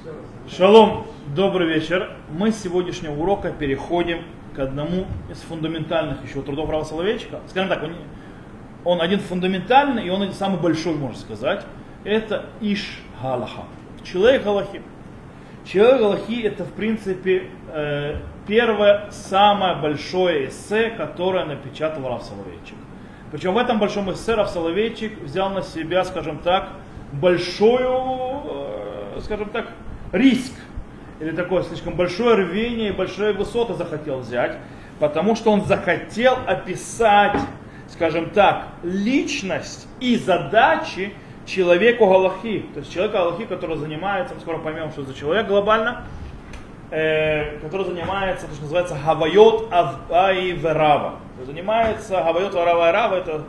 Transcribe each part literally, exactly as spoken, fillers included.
Шалом, добрый вечер. Мы с сегодняшнего урока переходим к одному из фундаментальных еще трудов Рава Соловейчика. Скажем так, он, он один фундаментальный, и он один самый большой, можно сказать. Это Иш Галаха. Человек Галахи. Человек Галахи — это, в принципе, э, первое, самое большое эссе, которое напечатал Рав Соловейчик. Причем в этом большом эссе Рав Соловейчик взял на себя, скажем так, большую, э, скажем так, риск. Или такое слишком большое рвение и большие высоты захотел взять. Потому что он захотел описать, скажем так, личность и задачи человеку Галахи. То есть человека Галахи, который занимается, мы скоро поймем, что за человек глобально, э, который занимается, то, что называется Гавайот Авай Верава. Занимается Гавайот Авай Верава, это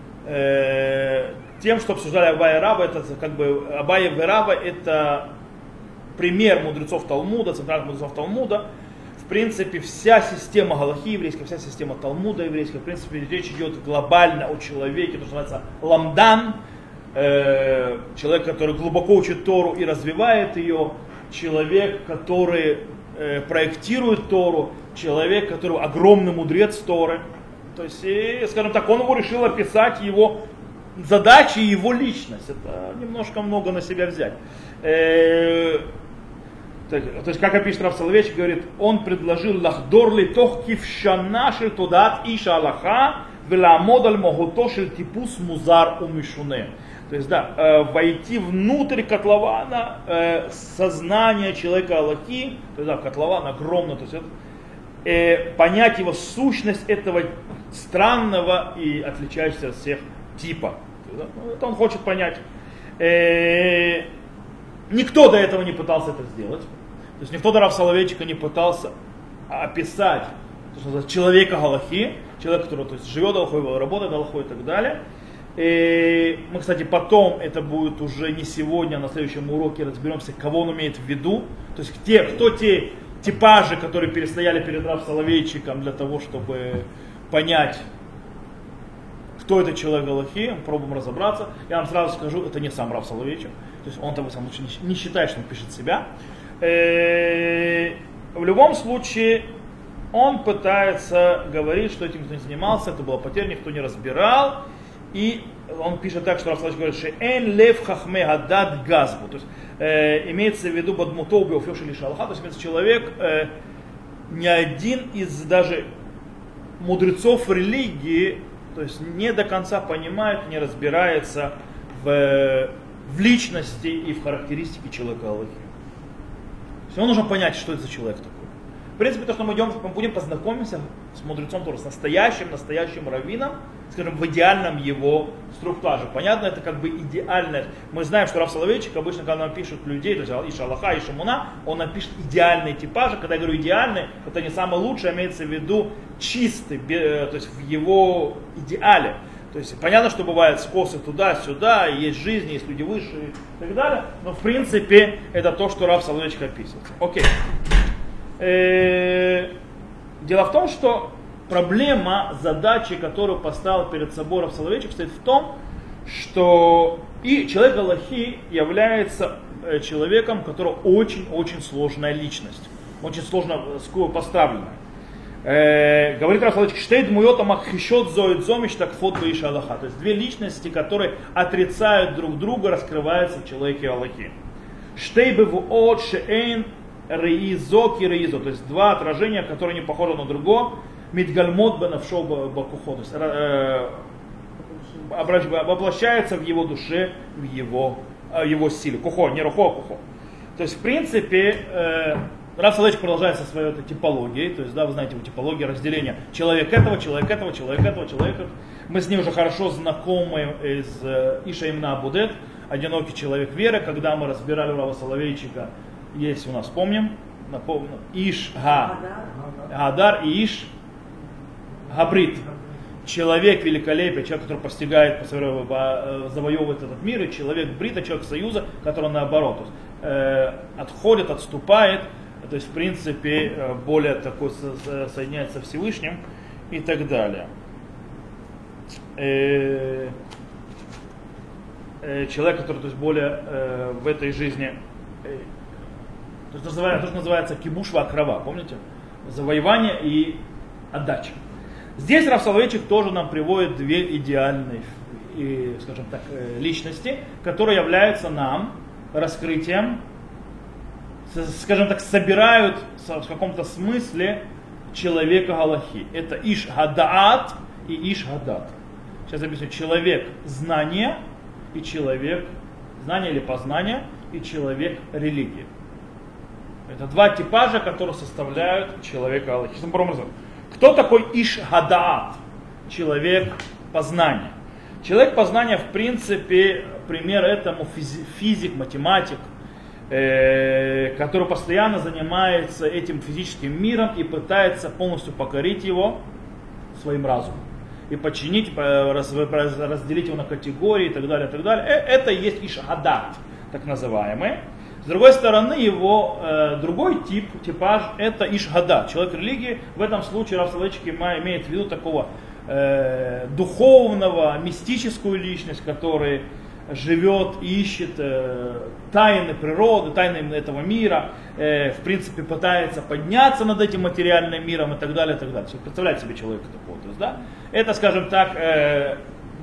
э, тем, что обсуждали Авай Верава, это как бы Авай Верава, это пример мудрецов Талмуда, центральных мудрецов Талмуда. В принципе, вся система Галахи еврейская, вся система Талмуда еврейская, в принципе, речь идет глобально о человеке, то, что называется ламдан, э, человек, который глубоко учит Тору и развивает ее, человек, который э, проектирует Тору, человек, который огромный мудрец Торы. То есть, и, скажем так, он его решил описать его задачи и его личность. Это немножко много на себя взять. Э, То есть, как опишет Рав Соловейчик, говорит, он предложил лахдор ли тох кившана шель тодат иша Аллаха веламод аль могуто шель типус музар умишуне. То есть, да, э, войти внутрь котлована э, сознания человека Аллахи, то есть, да, котлован огромный, то есть, э, понять его сущность этого странного и отличающегося от всех типа. То есть, да, это он хочет понять. Э, никто до этого не пытался это сделать. То есть никто до Рав Соловейчика не пытался описать человека Галахи, человека, который, то есть, живет Галахой, работает Галахой и так далее. И мы, кстати, потом, это будет уже не сегодня, а на следующем уроке разберемся, кого он имеет в виду. То есть те, кто те типажи, которые перестояли перед Рав Соловейчиком для того, чтобы понять, кто это человек Галахи, пробуем разобраться. Я вам сразу скажу, это не сам Рав Соловейчик. То есть он того сам лучше не считает, что он пишет себя. В любом случае, он пытается говорить, что этим никто не занимался, это была потеря, никто не разбирал. И он пишет так, что Рав Соловейчик говорит, что «эн лев хахме гадад газбу». То есть э, имеется в виду бадмутов беофеши лиша Аллаха, то есть человек, э, ни один из даже мудрецов религии, то есть не до конца понимает, не разбирается в, в личности и в характеристике человека Аллахи. То есть ему нужно понять, что это за человек такой. В принципе, то, что мы идем, мы будем познакомиться с мудрецом Торы, с настоящим, настоящим раввином, скажем, в идеальном его структаже. Понятно, это как бы идеальное. Мы знаем, что Рав Соловейчик обычно, когда он пишет людей, то есть Иша Аллаха, Иша Муна, он напишет идеальные типажи. Когда я говорю идеальный, это не самое лучшее, имеется в виду чистый, то есть в его идеале. То есть понятно, что бывают скосы туда-сюда, есть жизнь, есть люди выше и так далее, но в принципе это то, что Рав Соловейчик описывает. Окей. Дело в том, что проблема задачи, которую поставил перед собой Рав Соловейчик, стоит в том, что и человек Галахи является человеком, у которого очень-очень сложная личность, очень сложно поставленная. Э, говорит Рав Соловейчик, штейд муйота махишот зоид зомиш так фот баиша Аллаха. То есть две личности, которые отрицают друг друга, раскрываются в человеке Аллахи. Штей бевуот шеэйн реизо ки реизо. То есть два отражения, которые не похожи на другого. Мидгальмот бенавшо бакухо. То есть э, воплощается в его душе, в его, э, его силе. Кухо, не рухо, а кухо. То есть в принципе... Э, Рав Соловейчик продолжает со своей этой типологией, то есть, да, вы знаете, его типология разделения человек этого, человек этого, человек этого, человек этого. Мы с ним уже хорошо знакомы из э, Иша Имна Абудет, одинокий человек веры, когда мы разбирали Рава Соловейчика, есть у нас, помним, напомню, Иш Га, Гадар и Иш Габрит. Человек великолепия, человек, который постигает, завоевывает этот мир, и человек Брита, человек Союза, который наоборот, то есть, э, отходит, отступает. То есть, в принципе, более такой соединяется со Всевышним и так далее. Человек, который, то есть, более в этой жизни То, что называется, то, что называется кибуш ва-акрава, помните? Завоевание и отдача. Здесь Рав Соловейчик тоже нам приводит две идеальные, и, скажем так, личности, которые являются нам раскрытием, скажем так, собирают в каком-то смысле человека галахи. Это Иш Хадаат и Иш Хадат. Сейчас объясню. Человек знания и человек знания или познания и человек религии. Это два типажа, которые составляют человека галахи. Кто такой Иш Хадаат? Человек познания. Человек познания, в принципе, пример этому физик, математик, э, который постоянно занимается этим физическим миром и пытается полностью покорить его своим разумом. И подчинить, разделить его на категории и так далее, и так далее. Это и есть Иш Хадат, так называемый. С другой стороны, его э, другой тип, типаж, это Иш Хадат, человек религии. В этом случае Рав Соловейчик имеет в виду такого э, духовного, мистическую личность, который живет и ищет э, тайны природы, тайны этого мира, э, в принципе пытается подняться над этим материальным миром и так далее, и так далее. Представляете себе человека такого, то есть, да? Это, скажем так, э,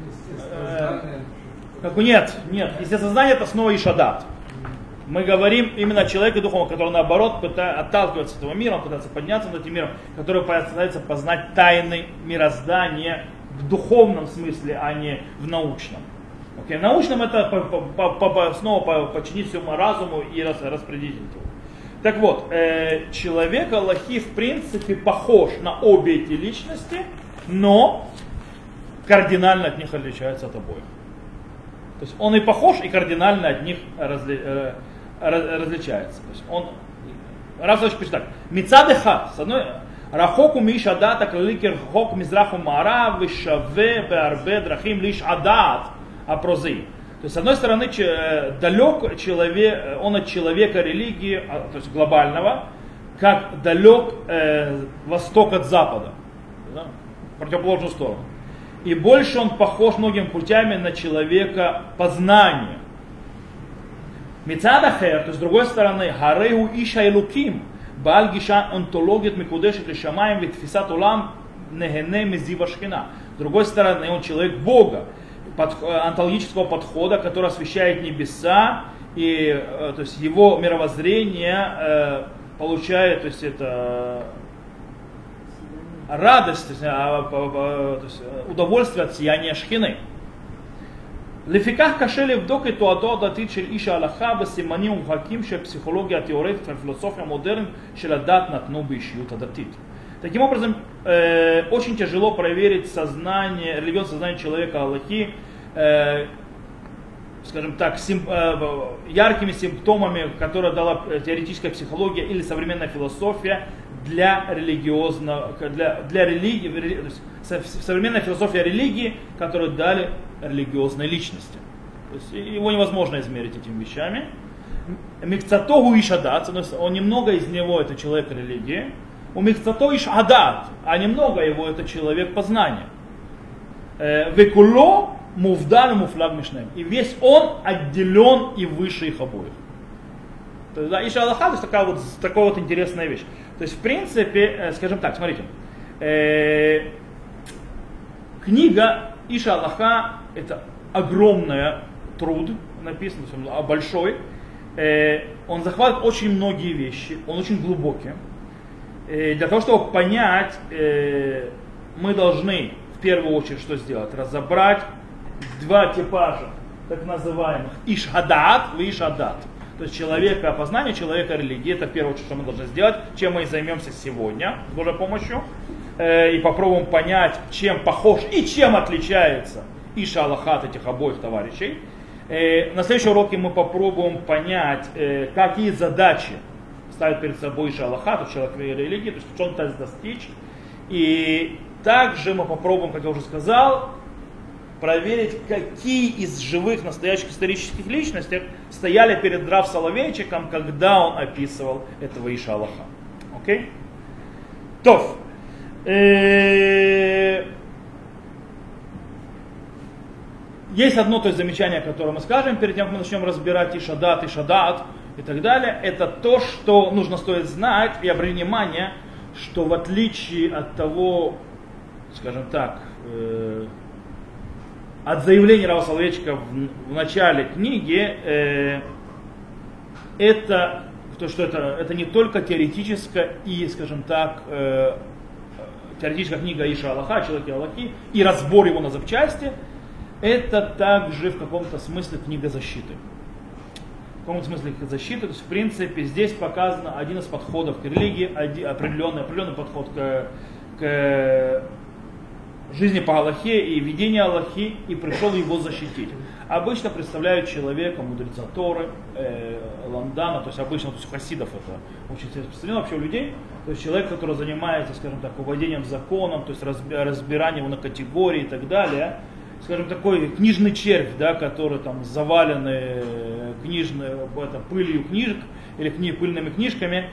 э, как, нет, нет, естественное знание это снова Иш Хадат. Мы говорим именно о человеке духовном, который наоборот пытается отталкиваться от этого мира, он пытается подняться над этим миром, который пытается познать тайны мироздания в духовном смысле, а не в научном. Okay. В научном это по, по, по, снова подчинить всему разуму и рас, распределить его. Так вот, э, человек Аллахи в принципе похож на обе эти личности, но кардинально от них отличается от обоих. То есть он и похож, и кардинально от них разли, э, различается. То есть он, раз уж пишет так, Мицадеха, с одной, Рахоку миш адат, аклаликер хок мизраху маарав, вишаве беарбе драхим лиш адат, апрозы. То есть с одной стороны далек человек, он от человека религии, то есть глобального, как далек э, восток от запада, да, в противоположную сторону. И больше он похож многими путями на человека познания. Мицадахер, то есть с другой стороны, Гарейу Иша Илуким, Бааль Гиша онтологит Микудешит Лишамаем Витфисат Улам Негене Мезива Шхина. С другой стороны, он человек Бога, под, онтологического подхода, который освещает небеса, и то есть его мировоззрение э, получает, то есть это радость, то есть, а, то есть, удовольствие от сияния Шхины. לפיכך קשה לבדוק את תועדו הדתית של איש ההלכה בסימנים מובהקים שהפסיכולוגיה התיאורטית והפילוסופיה המודרנית של הדת נתנו באישיות הדתית. Таким образом, э, очень тяжело проверить сознание, религиозное сознание человека Аллахи, э, скажем так, сим, э, яркими симптомами, которые дала теоретическая психология или современная философия для религиозного, для, для религии, то есть современная философия религии, которую дали религиозной личности. То есть его невозможно измерить этими вещами. Микцатогу иш адат, он немного из него это человек религии. У микцато иш адат, а немного его это человек познания. Векуло мувдаль муфлаг мишнем. И весь он отделен и выше их обоих. То есть, да, Иша Аллаха, то есть такая вот, такая вот интересная вещь. То есть, в принципе, скажем так, смотрите, э, книга Иша Аллаха это огромный труд, написан, большой. Э, он захватывает очень многие вещи, он очень глубокий. Э, для того, чтобы понять, э, мы должны в первую очередь что сделать? Разобрать два типажа, так называемых Иш-Хадат и Иш-Хадат. То есть человека познания, человека религии. Это в первую очередь, что мы должны сделать, чем мы и займемся сегодня, с Божьей помощью. Э, и попробуем понять, чем похож и чем отличается Иша Аллаха от этих обоих товарищей. Э, на следующем уроке мы попробуем понять, э, какие задачи ставит перед собой Иша Аллаха, то есть человек религии, то есть что он пытается достичь. И также мы попробуем, как я уже сказал, проверить, какие из живых настоящих исторических личностей стояли перед Рав Соловейчиком, когда он описывал этого Иша Аллаха. Окей? То. Есть одно то есть, замечание, которое мы скажем перед тем, как мы начнем разбирать Иш Хадат, Иш Хадат. и так далее, это то, что нужно стоит знать и обратить внимание, что в отличие от того, скажем так, э, от заявления Рава Соловейчика в, в начале книги, э, это, то, что это, это не только теоретическая и, скажем так, э, теоретическая книга Иша Аллаха, человек Аллахи, и разбор его на запчасти, это также в каком-то смысле книга защиты. В каком-то смысле книга защиты, то есть в принципе здесь показан один из подходов к религии, один, определенный, определенный подход к, к жизни по Аллахе и ведению Аллахи, и пришел его защитить. Обычно представляют человека, мудреца Торы, э, ламдана, то есть обычно, то есть у хасидов это очень распространено, вообще у людей, то есть человек, который занимается, скажем так, уводением законом, то есть разбиранием его на категории и так далее, скажем, такой книжный червь, да, который там завалены книжной, это, пылью книжек или кни, пыльными книжками,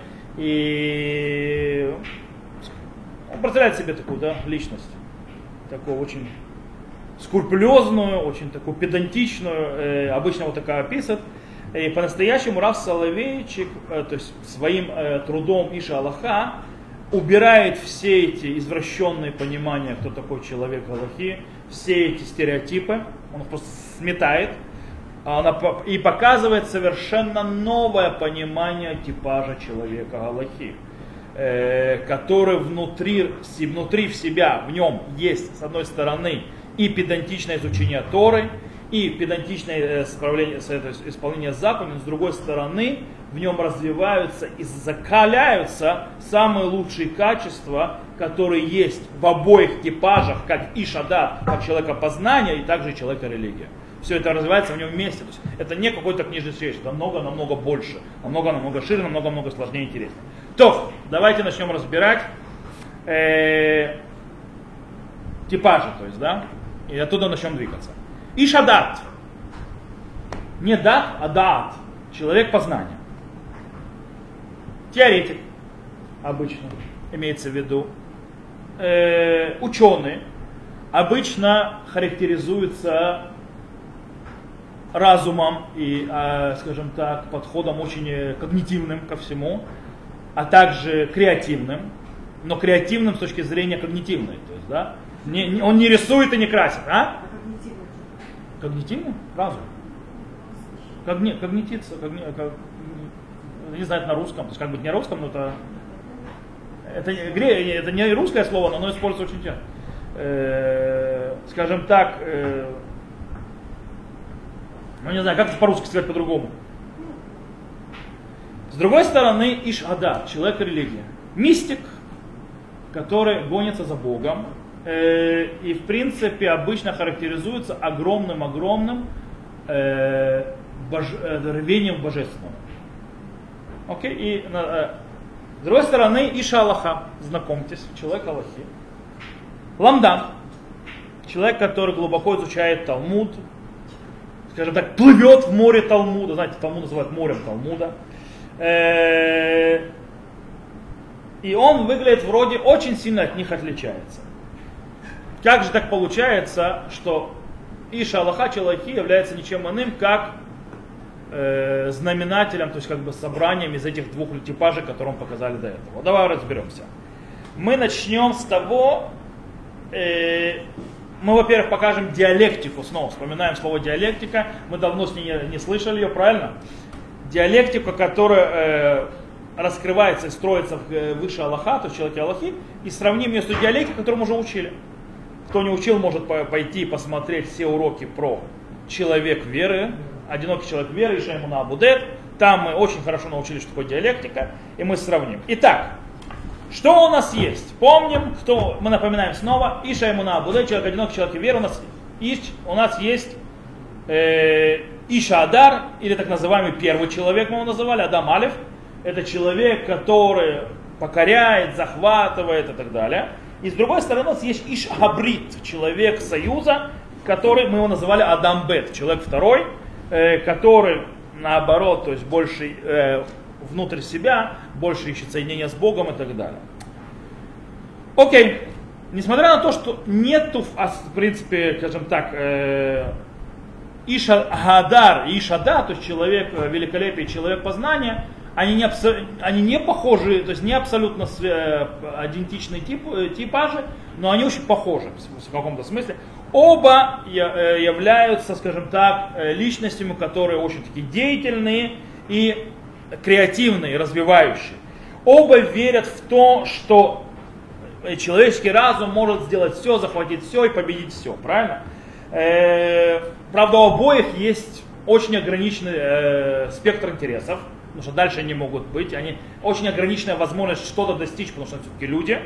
и он представляет себе такую, да, личность, такую очень скрупулезную, очень такую педантичную, э, обычно вот такая описывает. И по-настоящему Рав Соловейчик, э, то есть своим э, трудом Иша Аллаха, убирает все эти извращенные понимания, кто такой человек Аллахи, все эти стереотипы, он их просто сметает, и показывает совершенно новое понимание типажа человека Аллахи, который внутри, внутри в себя, в нем есть, с одной стороны, и педантичное изучение Торы, и педантичное исполнение, исполнение заповедей, с другой стороны, в нем развиваются и закаляются самые лучшие качества, которые есть в обоих типажах, как Ишадат, как человека познания, и также и человека религия. Все это развивается в нем вместе. То есть это не какой-то книжный свет, это намного-намного больше, намного-намного шире, намного-намного сложнее и интереснее. То, давайте начнем разбирать э, типажи, то есть, да, и оттуда начнем двигаться. Ишадат. Не дат, а даат. Человек познания. Теоретик, обычно, имеется в виду. Э, ученый обычно характеризуется разумом и, э, скажем так, подходом очень когнитивным ко всему, а также креативным, но креативным с точки зрения когнитивной. То есть, да, не, не, он не рисует и не красит, а? Когнитивный? Разум. Когни, когнититься, когни, ког, не знаю, это на русском, то есть как бы не русском, но это, это, это не русское слово, но оно используется очень часто. Э, скажем так, э, ну не знаю, как это по-русски сказать по-другому. С другой стороны, Ишада, человек религии. Мистик, который гонится за Богом, э, и в принципе обычно характеризуется огромным-огромным э, бож, э, рвением божественного. Окей, и э, с другой стороны, Иша Аллаха, знакомьтесь, человек Аллахи. Ламдан, человек, который глубоко изучает Талмуд, скажем так, плывет в море Талмуда, знаете, Талмуд называют морем Талмуда. И он выглядит вроде очень сильно от них отличается. Как же так получается, что Иша Аллаха Аллахи является ничем иным, как э, знаменателем, то есть как бы собранием из этих двух типажей, которые мы показали до этого. Давай разберемся. Мы начнем с того, э, мы, во-первых, покажем диалектику снова. Вспоминаем слово диалектика. Мы давно с ней не, не слышали ее, правильно? Диалектика, которая э, раскрывается и строится в, э, выше Аллаха, то есть в человеке Аллахи, и сравним ее с той диалектикой, которую мы уже учили. Кто не учил, может пойти и посмотреть все уроки про человек веры, одинокий человек веры, Иша Эмуна Абудет. Там мы очень хорошо научились, что такое диалектика, и мы сравним. Итак, что у нас есть? Помним, кто, мы напоминаем снова, Иша Эмуна Абудет, человек одинокий человек веры, у нас есть, у нас есть э, Иша Адар, или так называемый первый человек, мы его называли, Адам Алиф. Это человек, который покоряет, захватывает и так далее. И с другой стороны у нас есть Иш Абрит, человек союза, который мы его называли Адам Бет, человек второй, э, который наоборот, то есть больше э, внутрь себя, больше ищет соединения с Богом и так далее. Окей, несмотря на то, что нету в принципе, скажем так, э, Иша Гадар и Ишада, то есть человек великолепия, человек познания, они не, абсо, они не похожи, то есть не абсолютно идентичные тип, типажи, но они очень похожи в каком-то смысле. Оба являются, скажем так, личностями, которые очень такие деятельные и креативные, развивающие. Оба верят в то, что человеческий разум может сделать все, захватить все и победить все, правильно? Правда, у обоих есть очень ограниченный спектр интересов, потому что дальше они могут быть, они очень ограниченная возможность что-то достичь, потому что они все-таки люди.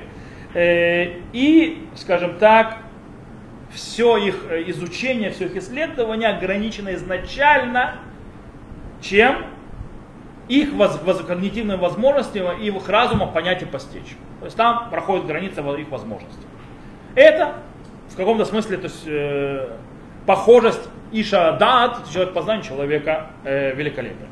И, скажем так, все их изучение, все их исследование ограничено изначально чем? Их воз, воз, когнитивными возможностями и их разумом понять и постичь. То есть там проходит граница их возможностей. Это в каком-то смысле, то есть, э, похожесть Иша Даат, человек познания, человека э, великолепия.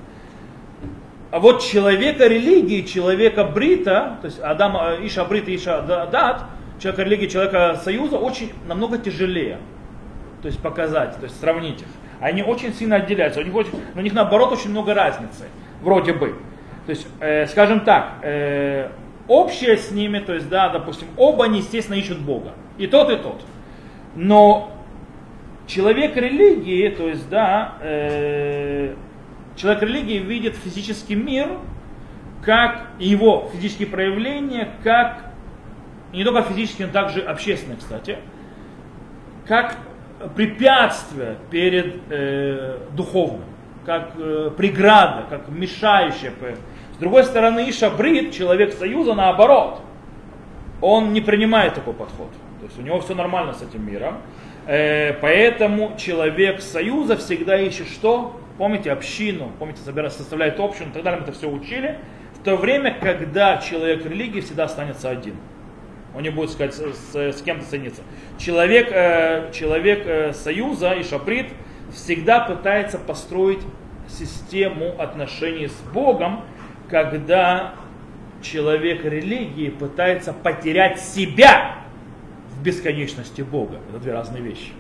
А вот человека религии, человека Брита, то есть Адам, Иша Брит и Иша Даат, человека религии, человека союза, очень намного тяжелее. То есть показать, то есть сравнить их. Они очень сильно отделяются, у них, очень, у них наоборот очень много разницы, вроде бы. То есть, э, скажем так, э, общее с ними, то есть, да, допустим, оба они, естественно, ищут Бога. И тот, и тот. Но человек религии, то есть, да, э, человек религии видит физический мир, как его физические проявления, как, не только физические, но также общественные, кстати, как препятствие перед э, духовным, как э, преграда, как мешающая. С другой стороны, Иша Брит, человек союза, наоборот, он не принимает такой подход. То есть у него все нормально с этим миром. Э, поэтому человек союза всегда ищет что? Помните общину, помните, составляет общину и так далее, мы это все учили. В то время, когда человек религии всегда останется один. Он не будет сказать, с, с кем-то соединиться. Человек, э, человек э, союза и шабрит всегда пытается построить систему отношений с Богом, когда человек религии пытается потерять себя в бесконечности Бога. Это две разные вещи.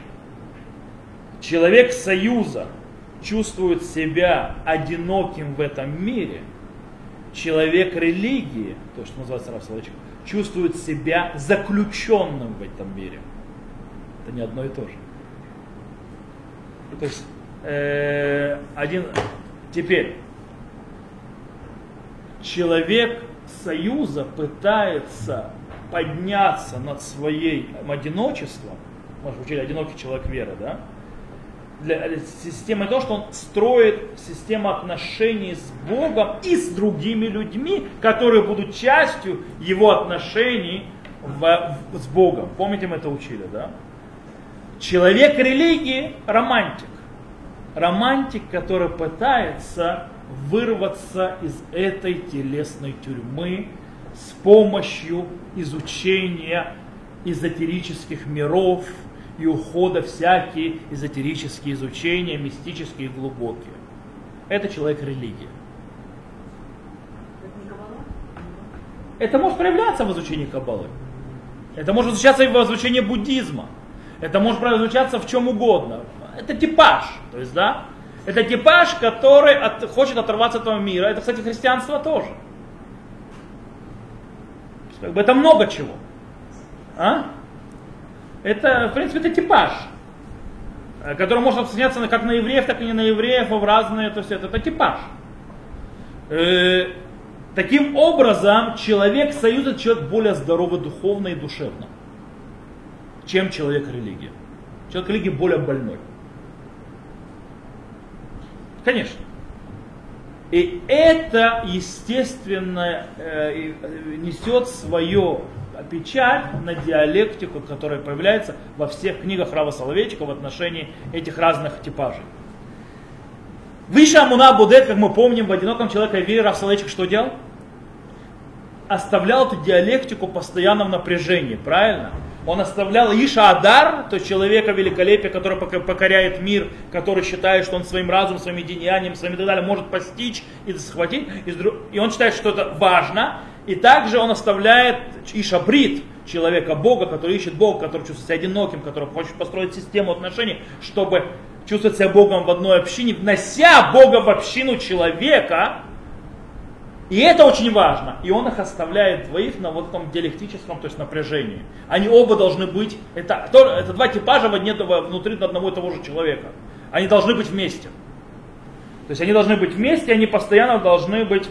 Человек союза чувствует себя одиноким в этом мире. Человек религии, то, что называется Рав Соловейчик, чувствует себя заключенным в этом мире. Это не одно и то же. То есть, э, один, теперь, человек союза пытается подняться над своим одиночеством, может учили одинокий человек веры, да? Для системы того, что он строит систему отношений с Богом и с другими людьми, которые будут частью его отношений в, в, с Богом. Помните, мы это учили, да? Человек религии – романтик. Романтик, который пытается вырваться из этой телесной тюрьмы с помощью изучения эзотерических миров и ухода в всякие эзотерические изучения, мистические и глубокие. Это человек религии. Это может проявляться в изучении Каббалы. Это может изучаться и в изучении буддизма. Это может изучаться в чем угодно. Это типаж. То есть, да? Это типаж, который от, хочет оторваться от этого мира. Это, кстати, христианство тоже. Как бы это много чего. А? Это, в принципе, это типаж, который может распространяться как на евреев, так и не на евреев, в разные, то есть это, это типаж. Э, таким образом, человек союза, человек более здоровый духовно и душевно, чем человек религии. Человек религии более больной. Конечно. И это, естественно, э, несет свое печать на диалектику, которая появляется во всех книгах Рава Соловейчика в отношении этих разных типажей. Выше Амуна Будет, как мы помним, в одиноком человеке вере Рав Соловейчик что делал? Оставлял эту диалектику постоянно в напряжении, правильно? Он оставлял Иша Адар, то есть человека великолепия, который покоряет мир, который считает, что он своим разумом, своим деянием, своим и так далее может постичь и схватить. И он считает, что это важно. И также он оставляет Иша Брит, человека Бога, который ищет Бога, который чувствует себя одиноким, который хочет построить систему отношений, чтобы чувствовать себя Богом в одной общине, внося Бога в общину человека. И это очень важно. И он их оставляет двоих на вот этом диалектическом, то есть напряжении. Они оба должны быть, это, это два типажа внутри одного и того же человека. Они должны быть вместе. То есть они должны быть вместе, они постоянно должны быть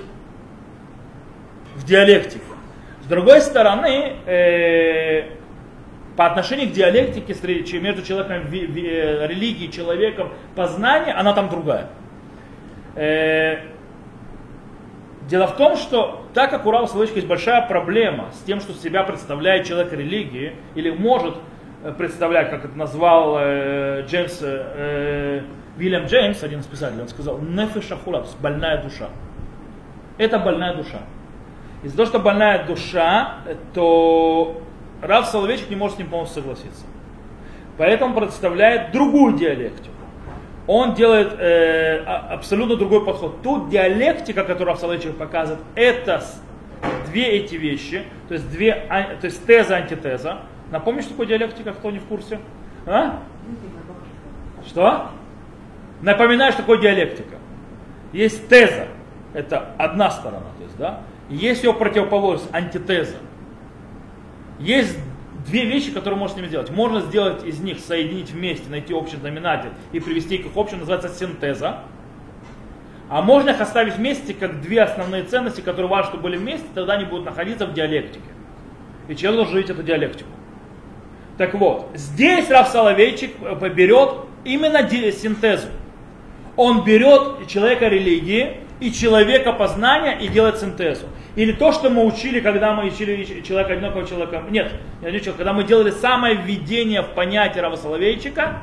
в диалектике. С другой стороны, э, по отношению к диалектике между человеком, религией, человеком, познание, она там другая. Э, дело в том, что так как у Рава Соловейчика есть большая проблема с тем, что себя представляет человек религии, или может представлять, как это назвал э, Джеймс, э, Уильям Джеймс, один из писателей, он сказал, нефеш ахула, больная душа. Это больная душа. Из-за того, что больная душа, то Рав Соловейчик не может с ним полностью согласиться. Поэтому представляет другую диалектику. Он делает э, абсолютно другой подход. Тут диалектика, которую Рав Соловейчик показывает, это две эти вещи, то есть, две, то есть теза, антитеза. Напомнишь, что такое диалектика, кто не в курсе? А? Что? Напоминаю, что такое диалектика. Есть теза, это одна сторона, то есть, да? Есть ее противоположность, антитеза. Есть две вещи, которые можно с ними сделать. Можно сделать из них, соединить вместе, найти общий знаменатель и привести их к общему, называется синтеза. А можно их оставить вместе, как две основные ценности, которые важно, чтобы были вместе, тогда они будут находиться в диалектике. И человек должен жить эту диалектику. Так вот, здесь Рав Соловейчик берет именно синтезу. Он берет человека религии и человека познания и делает синтезу. Или то, что мы учили, когда мы учили человека одинокого человека. Нет, не одинокого, когда мы делали самое введение в понятие Рава Соловейчика,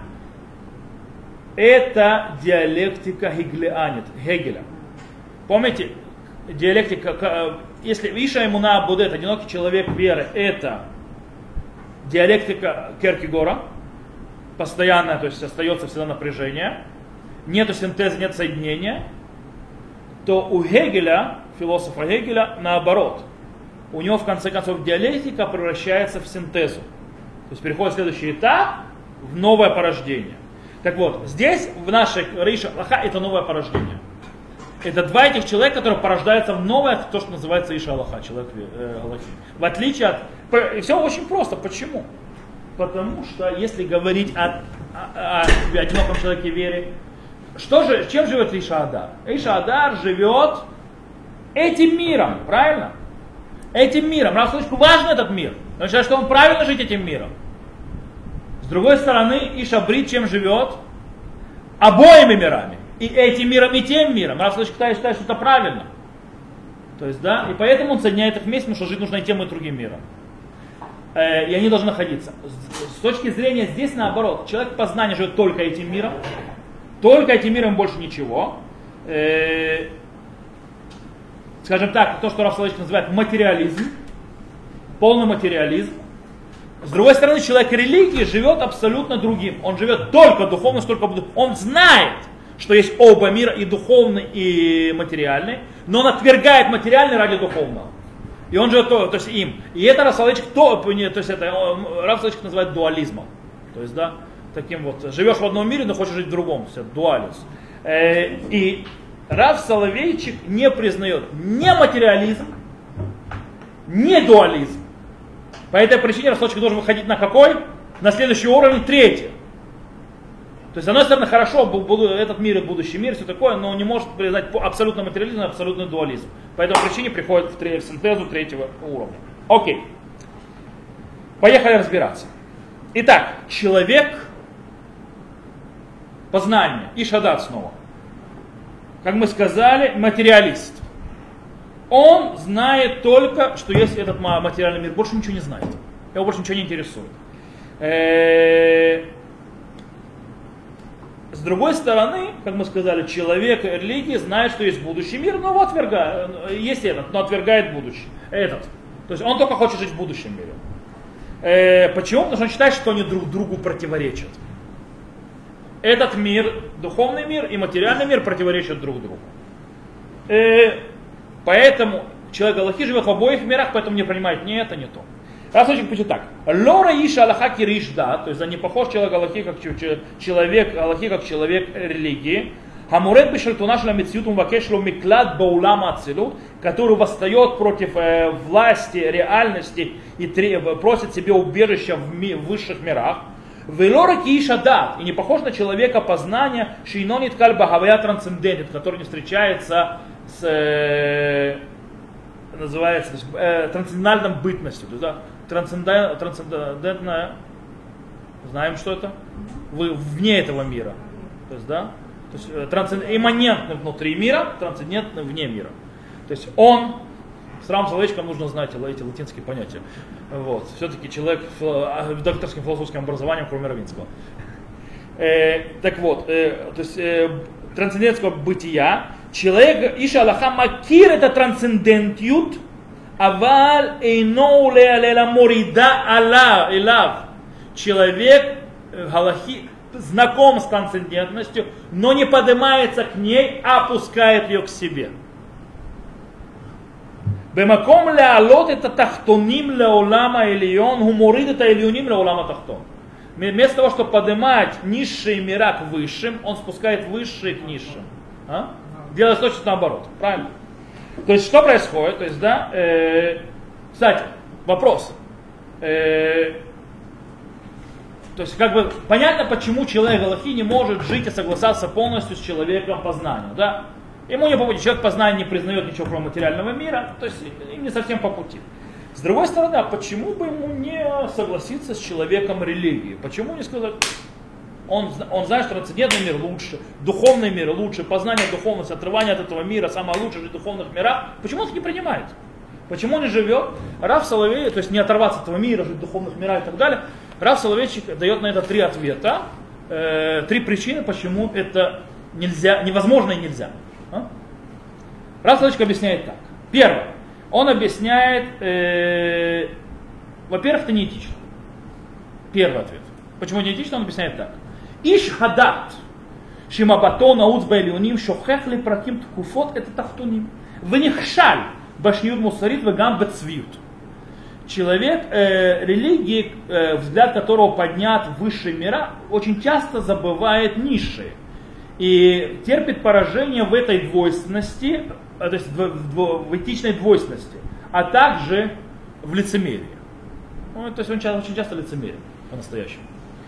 это диалектика Гегеля. Помните, диалектика, если Иша Эмуна Будет, одинокий человек веры, это диалектика Кierкегора, постоянная, то есть остается всегда напряжение, нету синтеза, нет соединения, то у Гегеля, философа Гегеля, наоборот. У него в конце концов диалектика превращается в синтезу. То есть переходит в следующий этап, в новое порождение. Так вот, здесь в нашей Риша Аллаха это новое порождение. Это два этих человека, которые порождаются в новое, то, что называется Иша Аллаха, человек э, Аллахи. В отличие от... И все очень просто. Почему? Потому что если говорить о, о, о одиноком человеке вере, что же, чем живет Иша Адар? Иша Адар живет этим миром, правильно? Этим миром. Рав Соловейчику важен этот мир. Он считает, что он правильно жить этим миром. С другой стороны, Иша Брит чем живет? Обоими мирами. И этим миром, и тем миром. Рав Соловейчик считает, что это правильно. То есть, да, и поэтому он соединяет их вместе, потому что жить нужно и тем, и другим миром. Э, и они должны находиться. С, с точки зрения здесь наоборот. Человек познания живет только этим миром. Только этим миром, больше ничего. Э, скажем так, то, что Рав Соловейчик называет материализм. Полный материализм. С другой стороны, человек религии живет абсолютно другим. Он живет только духовно, столько он знает, что есть оба мира, и духовный, и материальный, но он отвергает материальный ради духовного. И он живет то, то есть им. И это Рав Соловейчик, то, то есть это Рав Соловейчик называет дуализмом. То есть, да, таким вот, живешь в одном мире, но хочешь жить в другом. То есть, дуализ. И Рав Соловейчик не признает ни материализм, ни дуализм. По этой причине Рав Соловейчик должен выходить на какой? На следующий уровень, третий. То есть, с одной стороны, хорошо, этот мир и будущий мир, все такое, но он не может признать абсолютный материализм и абсолютный дуализм. По этой причине приходит в, в синтезу третьего уровня. Окей. Поехали разбираться. Итак, человек познания, Ишадат снова. Как мы сказали, материалист. Он знает только, что есть этот материальный мир, больше ничего не знает. Его больше ничего не интересует. С другой стороны, как мы сказали, человек религии знает, что есть будущий мир, но его отвергает, есть этот, но отвергает будущий, этот. То есть он только хочет жить в будущем мире. Э, почему? Потому что он считает, что они друг другу противоречат. Этот мир, духовный мир и материальный мир противоречат друг другу. Э, поэтому человек Аллахи живет в обоих мирах, поэтому не понимает ни это, ни то. Раз очень пишет так. Лора иша Аллаха киришда, то есть не похож человек Аллахи как человек, Аллахи как человек религии. Хамурет бешельтуна шла мецьютум вакешлу миклад баулама ацилут, который восстает против э, власти, реальности и треб, просит себе убежища в, ми, в высших мирах. Велора кииша дат, и не похож на человека познания, шейнонит кальба гавая трансцендентит, который не встречается с э, называется э, трансцендентальной бытностью, то есть, да, трансцендент, трансцендентная, знаем, что это? Вы, вне этого мира, то есть, да. То есть трансцен... имманентный внутри мира, трансцендентный вне мира. То есть он, с Равом Соловейчиком нужно знать эти латинские понятия. Вот. Все-таки человек с докторским философским образованием, кроме Равинского. Э, так вот, э, то есть э, трансцендентского бытия. Человек, иша Аллаха макир, это трансцендентют, аваль эйноу леалела морида аллах, элав. Человек Галахи знаком с трансцендентностью, но не поднимается к ней, а опускает ее к себе. Бемаком леалот это тахтоним леолама элион, гуморид это элионим леолама тахтон. Вместо того, чтобы поднимать низшие мира к высшим, он спускает высшие к низшим. А? Делает точно наоборот. Правильно? То есть что происходит? То есть, да, э, кстати, вопрос. Э, То есть, как бы, понятно, почему человек Галахи не может жить и согласаться полностью с человеком познания, да? Ему не по пути, человек познания не признает ничего кроме материального мира, то есть, им не совсем по пути. С другой стороны, а почему бы ему не согласиться с человеком религии? Почему не сказать, он, он знает, что трансцендентный мир лучше, духовный мир лучше, познание духовности, отрывание от этого мира, самое лучшее в духовных мирах, почему он их не принимает? Почему он не живет? Рав Соловей, то есть не оторваться от этого мира, жить в духовных мирах и так далее. Рав Соловейчик дает на это три ответа, э, три причины, почему это нельзя, невозможно и нельзя. А? Рав Соловейчик объясняет так. Первое. Он объясняет, э, во-первых, это неэтично. Первый ответ. Почему неэтично, он объясняет так. Иш хадат, шимабато науц баэлионим, шохехли праким ткуфот, это тахтуним. Венихшаль, башниют мусарит, вегам бецвиют. Человек э, религии, э, взгляд которого поднят в высшие мира, очень часто забывает низшие. И терпит поражение в этой двойственности, э, то есть в, в, в этичной двойственности, а также в лицемерии. Ну, то есть он часто, очень часто лицемерит по-настоящему.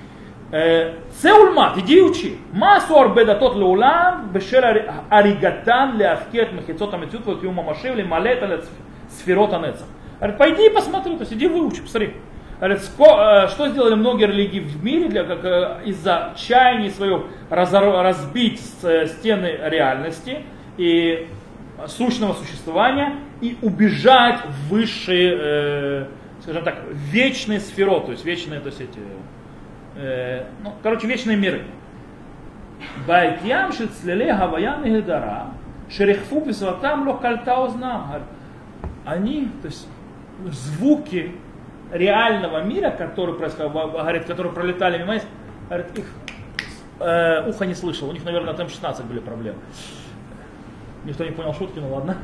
Цеульмат, иди учи. Масу арбеда тот леулам, бешер аригатан леавкет махицот амитют вакиума машев ли малета сферот анецах. Говорит, пойди и посмотри, то есть иди выучи, посмотри. Говорит, что сделали многие религии в мире для, как, из-за чаяния своего разор, разбить стены реальности и сущного существования и убежать в высшие, э, скажем так, вечные сферы, то есть вечные, то есть эти, э, ну, короче, вечные миры. Байтьям шицлеле гаваян и гедара, шерехфу писватам ло кальта узнам. Они, то есть звуки реального мира, который происходит, говорит, которые пролетали мимо, говорит, их э, ухо не слышал. У них, наверное, на эм шестнадцать были проблемы. Никто не понял шутки, ну ладно.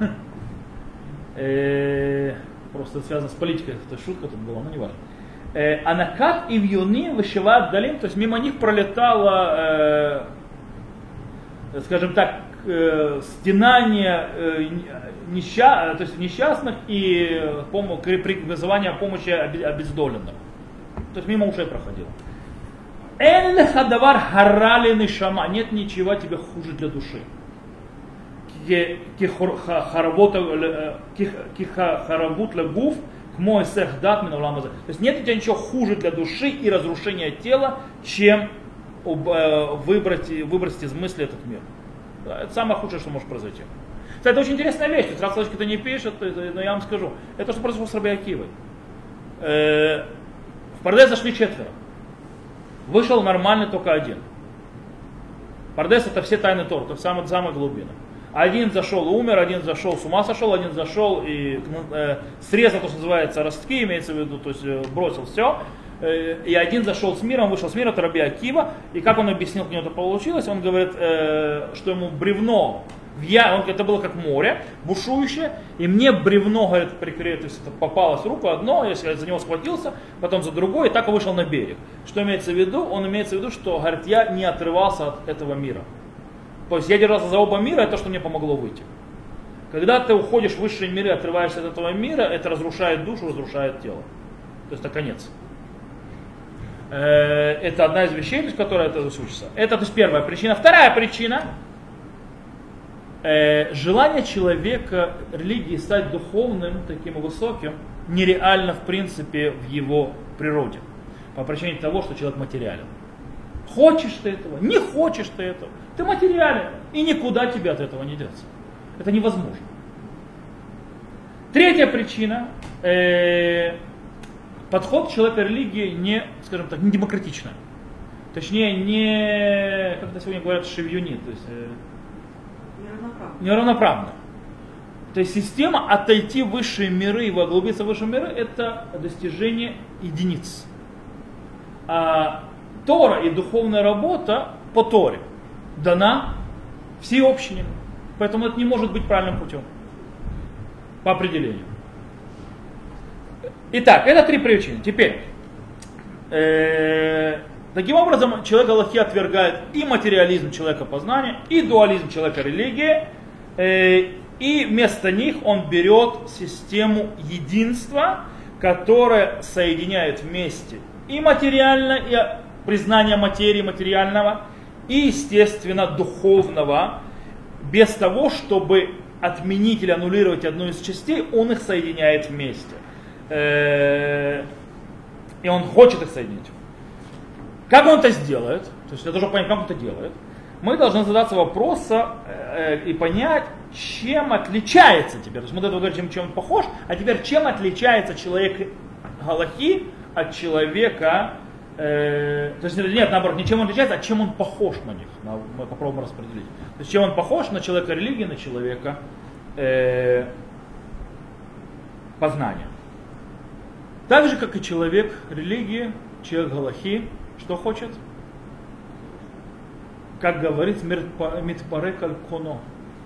Э, просто связано с политикой, эта шутка тут была, но не важно. Анакат и вьюни вышиват далим, то есть мимо них пролетало, э, скажем так, э, стенание э, несча, то есть несчастных и пом- вызывание помощи обездоленных. То есть мимо ушей проходило. Эн хадавар харали нишама, нет ничего тебе хуже для души. Кихарабут лагуф, мой сехдат минуламаза. То есть нет у тебя ничего хуже для души и разрушения тела, чем выбрать, выбросить из мысли этот мир. Это самое худшее, что может произойти. Кстати, это очень интересная вещь. Рав Соловейчик это не пишет, но я вам скажу. Это то, что произошло с Раби Акивой. В Пардес зашли четверо. Вышел нормальный только один. Пардес это все тайны Торы, это самая, самая глубина. Один зашел и умер, один зашел, с ума сошел, один зашел и э, срезал то, что называется ростки, имеется в виду, то есть э, бросил все. Э, и один зашел с миром, вышел с мира, это Раби Акива. И как он объяснил, как у него это получилось, он говорит, э, что ему бревно Я, он, это было как море, бушующее, и мне бревно, говорит, прикрыто, то есть это попалось в руку одно, я за него схватился, потом за другое, и так и вышел на берег. Что имеется в виду? Он имеется в виду, что, говорит, я не отрывался от этого мира. То есть я держался за оба мира, это то, что мне помогло выйти. Когда ты уходишь в высшие миры, отрываешься от этого мира, это разрушает душу, разрушает тело. То есть это конец. Это одна из вещей, то есть, которая это учится. Это то есть, первая причина. Вторая причина. Э, желание человека религии стать духовным, таким высоким, нереально в принципе в его природе. По причине того, что человек материален. Хочешь ты этого, не хочешь ты этого. Ты материален, и никуда тебе от этого не деться. Это невозможно. Третья причина. Э, подход человека к религии не, скажем так, не демократичный. Точнее, не, как это сегодня говорят, шевьюни, то есть э, неравноправно. То есть система отойти в высшие миры и углубиться в высшие миры — это достижение единиц. А Тора и духовная работа по Торе дана всеобщине. Поэтому это не может быть правильным путем. По определению. Итак, это три причины. Теперь, э, таким образом, человек Аллахи отвергает и материализм человека познания, и дуализм человека религии, э, и вместо них он берет систему единства, которая соединяет вместе и материально, и признание материи материального, и, естественно, духовного, без того, чтобы отменить или аннулировать одну из частей, он их соединяет вместе. Э, и он хочет их соединить. Как он это сделает? То есть для того, чтобы понять, как он это делает, мы должны задаться вопросом э, и понять, чем отличается теперь. То есть мы до этого говорим, чем, чем он похож, а теперь чем отличается человек Галахи от человека, э, то есть нет, наоборот, не чем он отличается, а чем он похож на них. Мы попробуем распределить. То есть чем он похож на человека религии, на человека э, познания. Так же, как и человек религии, человек Галахи, что хочет? Как говорит Митпаре Кальконо.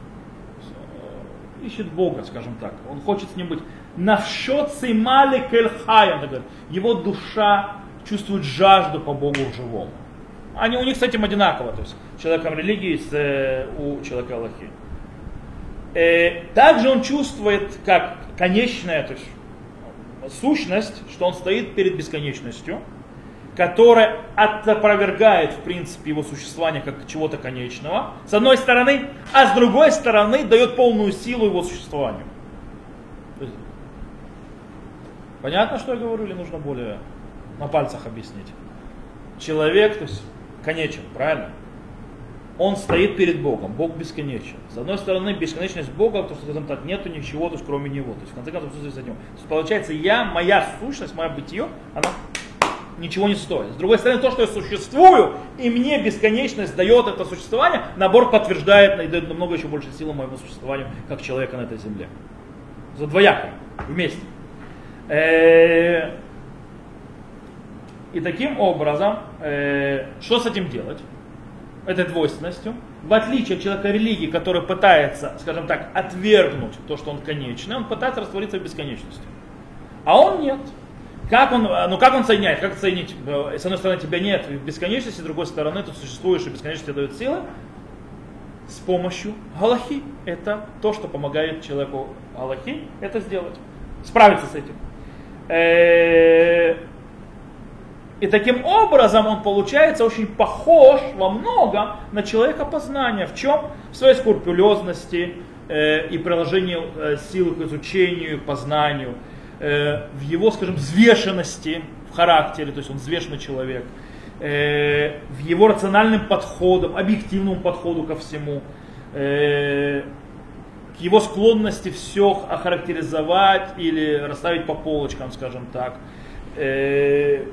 Ищет Бога, скажем так. Он хочет с ним быть. Навшот цимали кельхаем. Его душа чувствует жажду по Богу живому. Они у них с этим одинаково. То есть человеком религии с, э, у человека Аллахи. Э, также он чувствует как конечная, то есть сущность, что он стоит перед бесконечностью, которая опровергает, в принципе, его существование как чего-то конечного, с одной стороны, а с другой стороны дает полную силу его существованию. Есть, понятно, что я говорю, или нужно более на пальцах объяснить? Человек, то есть конечен, правильно? Он стоит перед Богом, Бог бесконечен. С одной стороны, бесконечность Бога, то, что, скажем так, нету ничего, то есть, кроме Него. То есть, в конце концов, все зависит от Него. То есть, получается, я, моя сущность, мое бытие, она ничего не стоит. С другой стороны, то, что я существую, и мне бесконечность дает это существование, наоборот, подтверждает и дает намного еще больше силы моему существованию, как человека на этой земле. За двояко, вместе. И таким образом, что с этим делать? Этой двойственностью, в отличие от человека религии, который пытается, скажем так, отвергнуть то, что он конечный, он пытается раствориться в бесконечности. А он нет. Как он, ну как он соединяет? Как соединить? С одной стороны, тебя нет в бесконечности, с другой стороны, ты существуешь, и бесконечность тебе дает силы. С помощью Галахи. Это то, что помогает человеку Галахи это сделать. Справиться с этим. И таким образом он получается очень похож во многом на человека познания. В чем? В своей скрупулезности э, и приложении э, сил к изучению, к познанию, э, в его, скажем, взвешенности в характере, то есть он взвешенный человек, э, в его рациональным подходам, объективному подходу ко всему, э, к его склонности все охарактеризовать или расставить по полочкам, скажем так. Э,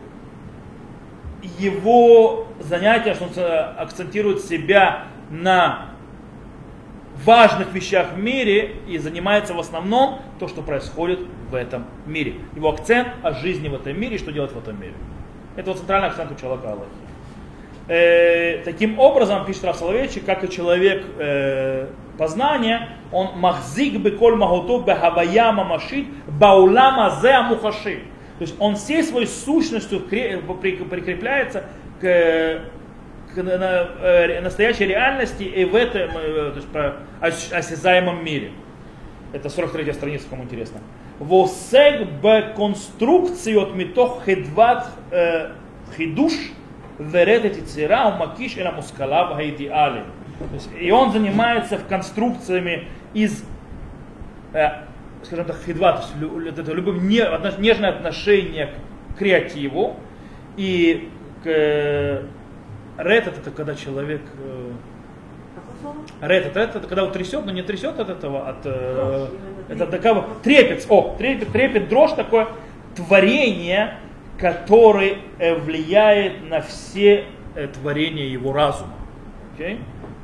его занятие, что он акцентирует себя на важных вещах в мире и занимается в основном то, что происходит в этом мире. Его акцент о жизни в этом мире и что делать в этом мире. Это вот центральный акцент у человека Аллахи. Э, таким образом, пишет Рав Соловейчик, как и человек, э, познания, он махзик беколь магутов бехавая мамашит баулама зе амухаши. То есть он всей своей сущностью прикрепляется к, к настоящей реальности и в этом, то есть, про осязаемом мире. Это сорок третья страница, кому интересно. Восег б конструкцию от митох хедват хидуш веретети цира умакиш эла мускала в идеале. И он занимается в конструкциями из, э, скажем так, хидва, то есть это любое нежное отношение к креативу. И к, э, рет это когда человек... Э, рет это, это когда вот трясет, но не трясет от этого, от... Э, это такого, трепет, о, трепет, трепет, дрожь такое творение, которое э, влияет на все э, творения его разума. Okay?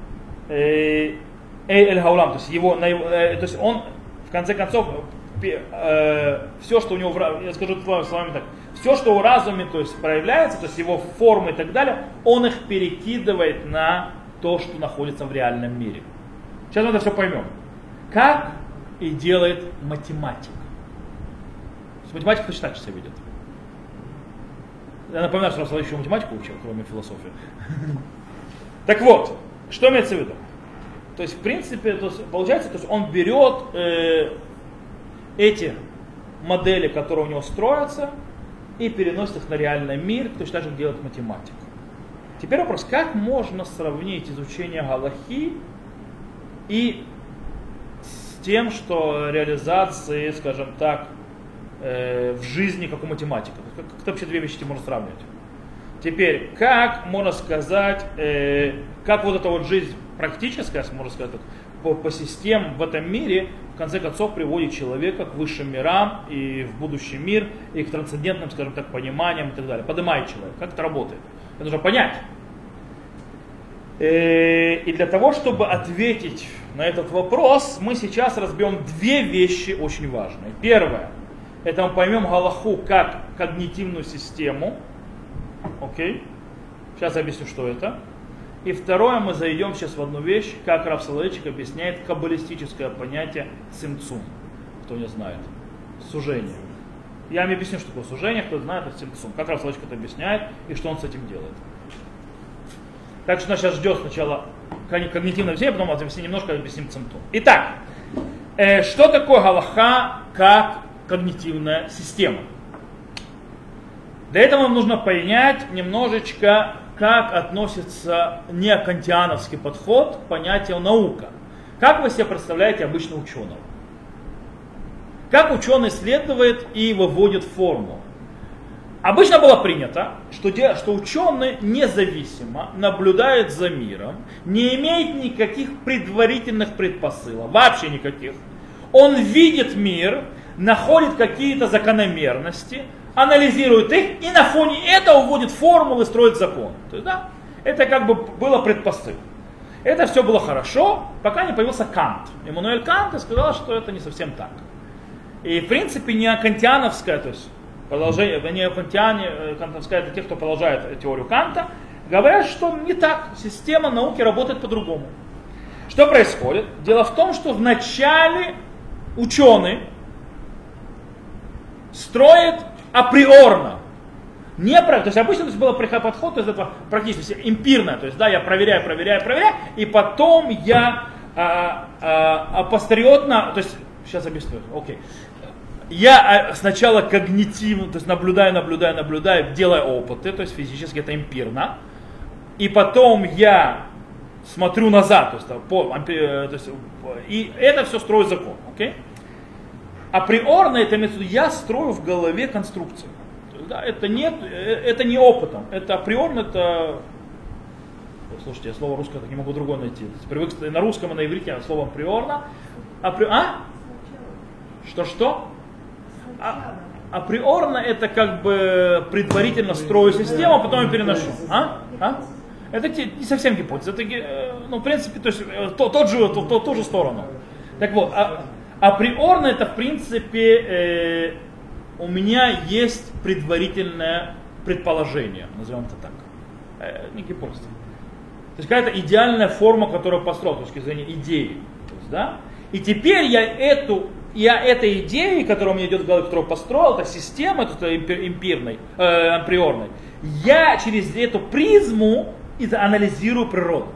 Эль-Хаулам, то есть его, то есть он в конце концов все, что у него, я скажу словами так, все, что у разуме, то есть проявляется, то есть его формы и так далее, он их перекидывает на то, что находится в реальном мире. Сейчас мы это все поймем. Как и делает математик. Математик точно так себя ведет. Я напоминаю, что я еще математику учил, кроме философии. Так вот. Что имеется в виду? То есть, в принципе, то есть, получается, то есть он берет э, эти модели, которые у него строятся, и переносит их на реальный мир, точно так же делает математику. Теперь вопрос, как можно сравнить изучение галахи и с тем, что реализации, скажем так, э, в жизни, как у математика? Как, как вообще две вещи можно сравнивать? Теперь, как можно сказать, э, как вот эта вот жизнь практическая, можно сказать, по, по системам в этом мире, в конце концов, приводит человека к высшим мирам и в будущий мир, и к трансцендентным, скажем так, пониманиям и так далее. Поднимает человека. Как это работает? Это нужно понять. Э, и для того, чтобы ответить на этот вопрос, мы сейчас разберем две вещи очень важные. Первое, это мы поймем галаху как когнитивную систему. Окей. Сейчас я объясню, что это. И второе, мы зайдем сейчас в одну вещь, как Рав Соловейчик объясняет каббалистическое понятие цимцум. Кто не знает. Сужение. Я вам объясню, что такое сужение, кто знает, это цимцум. Как Рав Соловейчик это объясняет и что он с этим делает. Так что нас сейчас ждет сначала когнитивное объяснение, потом объясним, немножко объясним цимцум. Итак, э, что такое галаха как когнитивная система? Для этого нам нужно понять немножечко, как относится неокантиановский подход к понятию наука. Как вы себе представляете обычно ученого? Как ученый исследует и выводит формулу? Обычно было принято, что, что ученый независимо наблюдает за миром, не имеет никаких предварительных предпосылок, вообще никаких. Он видит мир, находит какие-то закономерности, анализирует их и на фоне этого вводит формулы, строит закон. То есть, да, это как бы было предпосылкой. Это все было хорошо, пока не появился Кант. Иммануэль Кант сказал, что это не совсем так. И в принципе неокантиановская, то есть продолжение, неокантиане, кантовская, это те, кто продолжает теорию Канта, говорят, что не так. Система науки работает по-другому. Что происходит? Дело в том, что вначале ученый строит априорно. Не, то есть обычно то есть, был подход из этого практически эмпирно, то есть да, я проверяю, проверяю, проверяю, и потом я а, а, апостериотно, то есть сейчас объясню, окей, я сначала когнитивно, то есть наблюдаю, наблюдаю, наблюдаю, делаю опыты, то есть физически это эмпирно, и потом я смотрю назад, то есть, по, то есть и это все строю закон, окей? Априорно это имеется в виду, я строю в голове конструкцию. Да, это, нет, это не опытом, это априорно, это... Слушайте, я слово русское так не могу другое найти. Привык на русском и на иврите слово априорно. Апри... А? Что-что? А, априорно это как бы предварительно строю систему, а потом я переношу. А? А? Это не совсем гипотеза, это, ну, в принципе, то есть, то, тот же, то, то, ту же сторону. Так вот, а, априорно это, в принципе, э, у меня есть предварительное предположение, назовем это так. Э, не гипотеза. То есть какая-то идеальная форма, которая построена с точки зрения идеи. есть, да? И теперь я эту, я этой идеей, которая у меня идет в голове, которую построил, это система, это импирной, э, априорной, я через эту призму анализирую природу.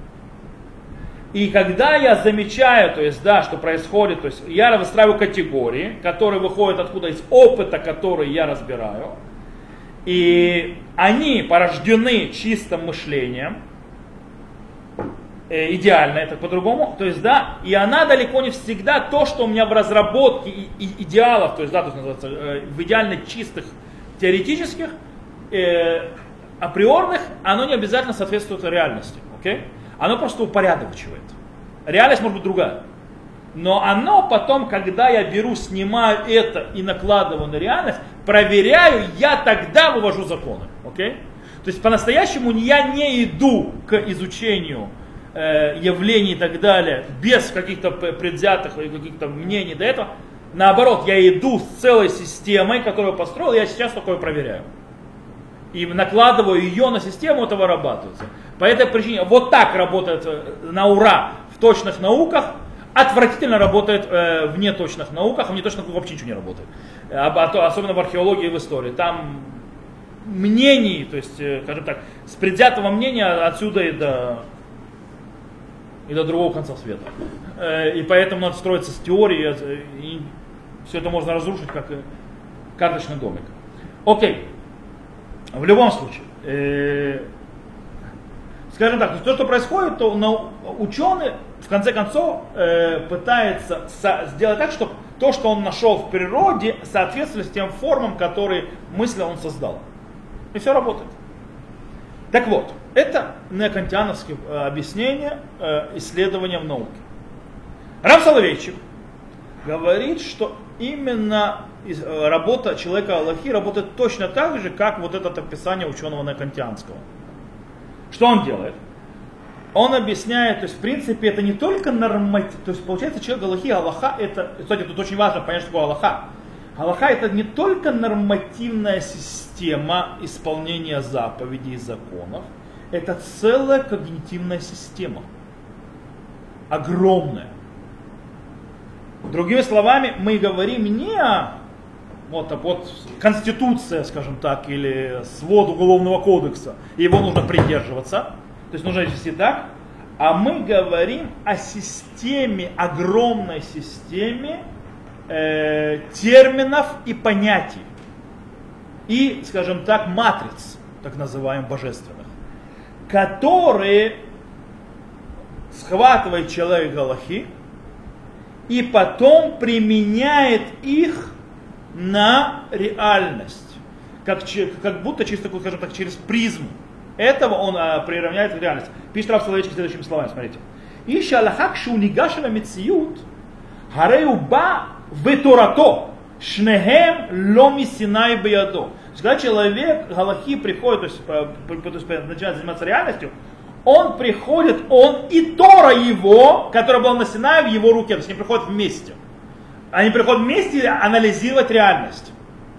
И когда я замечаю, то есть, да, что происходит, то есть я выстраиваю категории, которые выходят откуда из опыта, который я разбираю, и они порождены чистым мышлением, э, идеально это по-другому, то есть, да, и она далеко не всегда то, что у меня в разработке и, и идеалов, то есть, да, то есть, называется, э, в идеально чистых теоретических, э, априорных, оно не обязательно соответствует реальности, окей? Оно просто упорядочивает. Реальность может быть другая. Но оно потом, когда я беру, снимаю это и накладываю на реальность, проверяю, я тогда вывожу законы. Okay? То есть по-настоящему я не иду к изучению э, явлений и так далее без каких-то предвзятых или каких-то мнений до этого. Наоборот, я иду с целой системой, которую построил, я сейчас такое проверяю. И накладываю ее на систему, это вырабатывается. По этой причине вот так работает на ура в точных науках, отвратительно работает э, в неточных науках, а в неточных науках вообще ничего не работает. Особенно в археологии и в истории. Там мнений, то есть, э, скажем так, с предвзятого мнения отсюда и до, и до другого конца света. Э, и поэтому надо строиться с теорией, и все это можно разрушить, как карточный домик. Окей. В любом случае, э, скажем так, то, что происходит, то ученый в конце концов э, пытается со- сделать так, чтобы то, что он нашел в природе, соответствовало тем формам, которые мысли он создал. И все работает. Так вот, это неокантиановское э, объяснение э, исследования в науке. Рав Соловейчик говорит, что именно работа человека Аллахи работает точно так же, как вот это описание ученого неокантианского. Что он делает? Он объясняет, то есть в принципе это не только норматив, то есть получается человек Аллахи, Аллаха это, кстати, тут очень важно понять, что такое Аллаха. Аллаха это не только нормативная система исполнения заповедей и законов, это целая когнитивная система. Огромная. Другими словами, мы говорим не о вот, вот конституция, скажем так, или свод уголовного кодекса, и его нужно придерживаться, то есть нужно вести так, а мы говорим о системе, огромной системе э, терминов и понятий, и, скажем так, матриц, так называемых божественных, которые схватывает человек Аллахи и потом применяет их на реальность, как, как будто через такую, скажем так, через призму. Этого он а, приравняет к реальности. Пишет Рав Соловейчик следующими словами, смотрите. Иша Аллахак шунигашена мециют, харею ба веторато, шнехем ломи синай биядо. Когда человек Аллахи приходит, то есть, то есть начинает заниматься реальностью, он приходит, он и Тора его, которая была на Синае, в его руке, то есть они приходят вместе. Они приходят вместе анализировать реальность.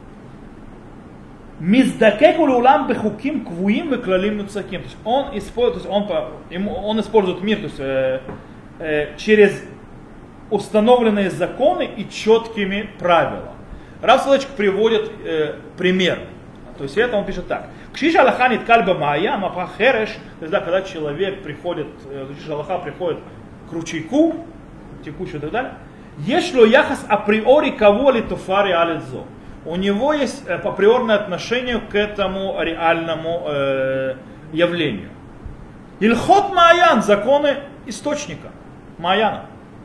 Миздакеку лулам бехуким квуим веклалим нуцаким. То есть он использует, то есть он, он использует мир, то есть э, э, через установленные законы и четкими правилами. Рав Соловейчик приводит э, пример. То есть это он пишет так. Кшиша Аллаха ниткаль бамая, мапа хереш. То есть да, когда человек приходит, Кшиша Аллаха приходит к ручейку, текущему и так далее. Ешло яхас априори кого ли туфари алидзо. У него есть априорное отношение к этому реальному э, явлению. Ильхот Маян, законы источника Маяна.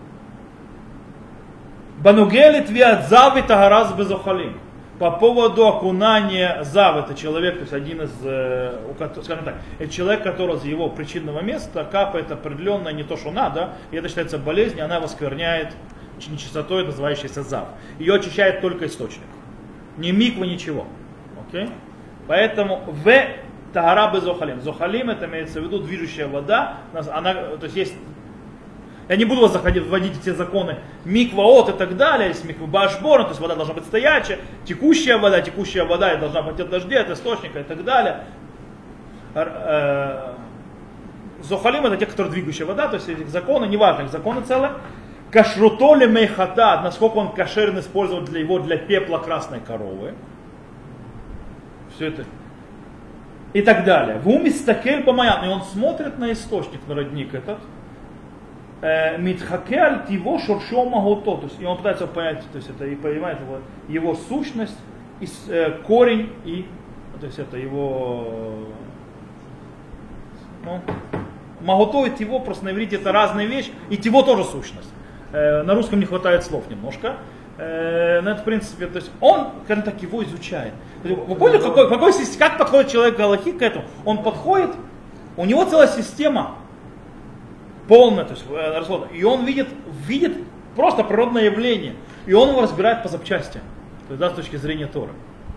Банугелит виадзави тагараз безохалим. По поводу окунания зав, это человек, то есть один из, э, скажем так, это человек, который из его причинного места капает определенное не то, что надо, и это считается болезнь, и она воскверняет нечистотой, называющейся зав. Ее очищает только источник. Ни миква, ничего. Okay? Поэтому в тагара без зохалим. Зохалим это имеется в виду движущая вода. Она, то есть есть, я не буду вас заходить, вводить эти законы микваот и так далее, есть миква башбор, то есть вода должна быть стоячая, текущая вода, текущая вода и должна быть от дождя, от источника и так далее. Зохалим это те, которые двигающая вода, то есть эти законы, неважно, их законы целые. Кашрутоли мейхата, насколько он кошерен использовать для его для пепла красной коровы. Все это. И так далее. В уме стакель помаян, и он смотрит на источник, на родник этот. Митхакель его шуршо магото, то есть и он пытается понять, то есть это и понимает его, его сущность, и, э, корень и, то есть это его, ну, магото и тиво, просто на иврите это разная вещь, и тиво тоже сущность. Э, на русском не хватает слов немножко. Э, но это в принципе, то есть он, скажем так, его изучает. Вы поняли, какой, какой, как подходит человек галахи к этому? Он подходит, у него целая система. Полное, то есть, и он видит, видит просто природное явление, и он его разбирает по запчасти, то есть, да, с точки зрения Торы.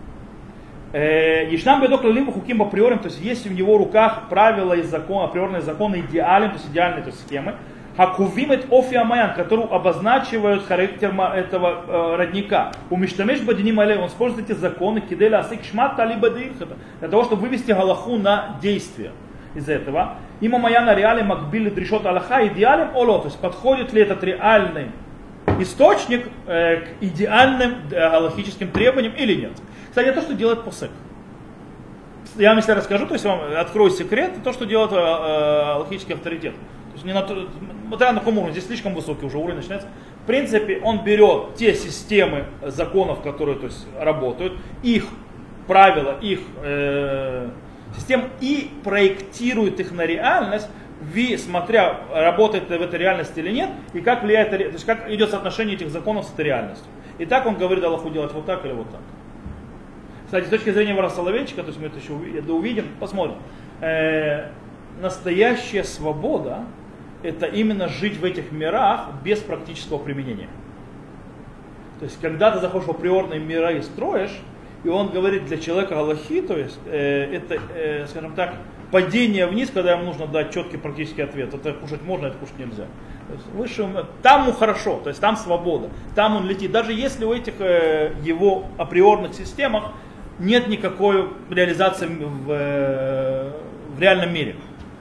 Ешнам бедок лалим хуким априорим, то есть есть в его руках правила и законы, априорные законы идеален, то есть идеальные, то есть схемы. Хакувим эт офи амаян, которые обозначивают характер этого э, родника. У миштамеш бадиним алей, он использует эти законы киделя асик шмат талиба дирхата, для того, чтобы вывести галаху на действие. Из этого. Има моя на реале макбили дрешот аллаха идеален оло, то есть подходит ли этот реальный источник э, к идеальным э, галахическим требованиям или нет. Кстати, то, что делает посек. Я вам если расскажу, то есть вам открою секрет, то, что делает э, э, галахический авторитет. То есть не на, вот на таком уровне, здесь слишком высокий уже уровень начинается. В принципе, он берет те системы законов, которые то есть, работают, их правила, их э, систем и проектирует их на реальность, смотря работает ли в этой реальности или нет, и как влияет, то есть как идет соотношение этих законов с этой реальностью. И так он говорит Аллаху делать вот так или вот так. Кстати, с точки зрения Вара Соловейчика, то есть мы это еще увидим, посмотрим. Э, настоящая свобода — это именно жить в этих мирах без практического применения. То есть когда ты заходишь в априорные мира и строишь, и он говорит для человека галахи, то есть э, это, э, скажем так, падение вниз, когда ему нужно дать четкий практический ответ. Это кушать можно, это кушать нельзя. То есть выше, там ему хорошо, то есть там свобода, там он летит. Даже если у этих э, его априорных системах нет никакой реализации в, э, в реальном мире.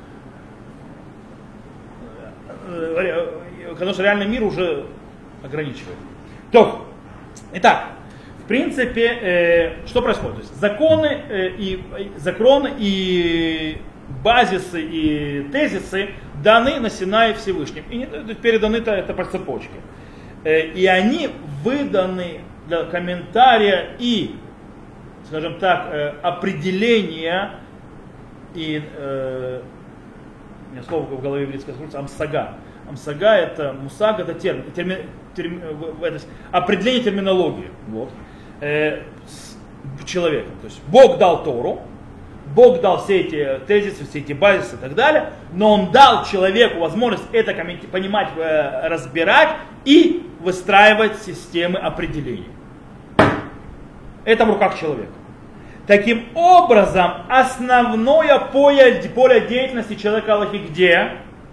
Потому что реальный мир уже ограничивает. То, итак, в принципе, э, что происходит? То есть законы, э, и, законы и базисы и тезисы даны на Синае Всевышним. И не, переданы это, это по цепочке. Э, и они выданы для комментария и, скажем так, э, определения и, э, у меня слово в голове еврейское скажется, амсага. Амсага это, мусаг это термин, терми, терми, это определение терминологии. Вот. Э, с человеком. То есть Бог дал Тору, Бог дал все эти тезисы, все эти базисы и так далее, но Он дал человеку возможность это понимать, э, разбирать и выстраивать системы определений. Это в руках человека. Таким образом, основное поле, поле деятельности человека Аллахи где?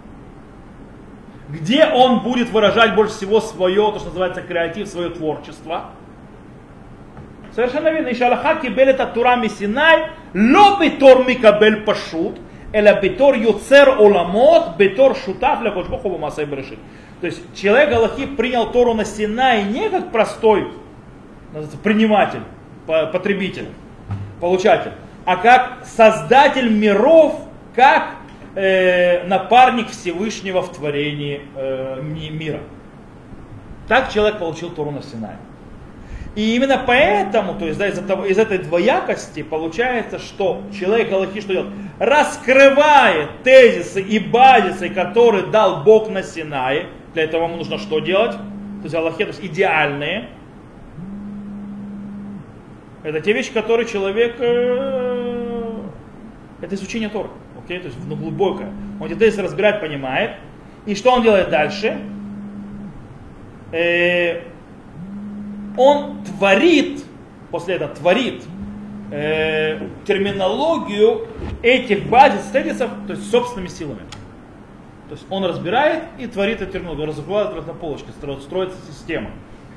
Где он будет выражать больше всего свое, то, что называется креатив, свое творчество? Совершенно верно. Иш Аллаха кибель это Тура мисинай, ло бетор микабель пашут, эла бетор юцер оламот, бетор шутав ля кош боху бамасай брешит. То есть человек Аллахи принял Тору на Синай не как простой приниматель, потребитель, получатель, а как создатель миров, как э, напарник Всевышнего в творении э, мира. Так человек получил Тору на Синай. И именно поэтому, то есть да, из, этого, из этой двоякости получается, что человек Аллахи что делает? Раскрывает тезисы и базисы, которые дал Бог на Синае. Для этого ему нужно что делать? То есть Аллахи, то есть идеальные. Это те вещи, которые человек, э, это изучение Торы, окей, то есть ну, глубокое. Он эти тезисы разбирает, понимает. И что он делает дальше? Э, он творит, после этого творит э, терминологию этих базис, тезисов, то есть собственными силами. То есть он разбирает и творит эту терминологию, раскладывает на полочке, строится система.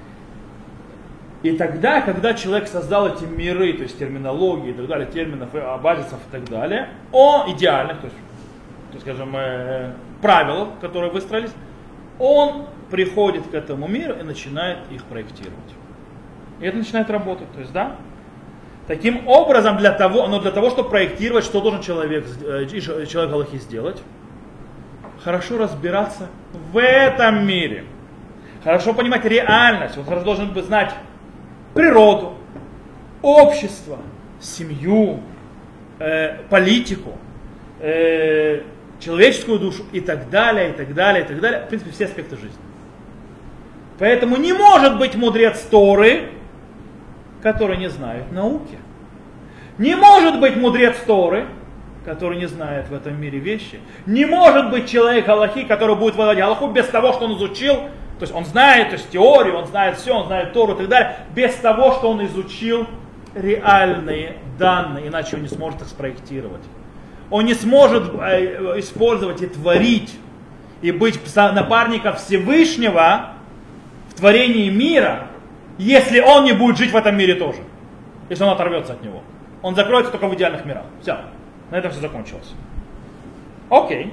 И тогда, когда человек создал эти миры, то есть терминологии и так далее, терминов, базисов и так далее, он идеальных, то есть то, скажем, э, правил, которые выстроились, он приходит к этому миру и начинает их проектировать. И это начинает работать. То есть, да? Таким образом, для того, но для того, чтобы проектировать, что должен человек, человек галахи сделать, хорошо разбираться в этом мире. Хорошо понимать реальность. Он хорошо должен знать природу, общество, семью, э, политику, э, человеческую душу и так далее, и так далее, и так далее. В принципе, все аспекты жизни. Поэтому не может быть мудрец Торы, который не знает науки. Не может быть мудрец Торы, который не знает в этом мире вещи. Не может быть человек галахи, который будет владеть галаху без того, что он изучил. То есть он знает, то есть теорию, он знает все, он знает Тору и так далее, без того, что он изучил реальные данные, иначе он не сможет их спроектировать. Он не сможет использовать и творить, и быть напарником Всевышнего в творении мира, если он не будет жить в этом мире тоже. Если он оторвется от него. Он закроется только в идеальных мирах. Все. На этом все закончилось. Окей.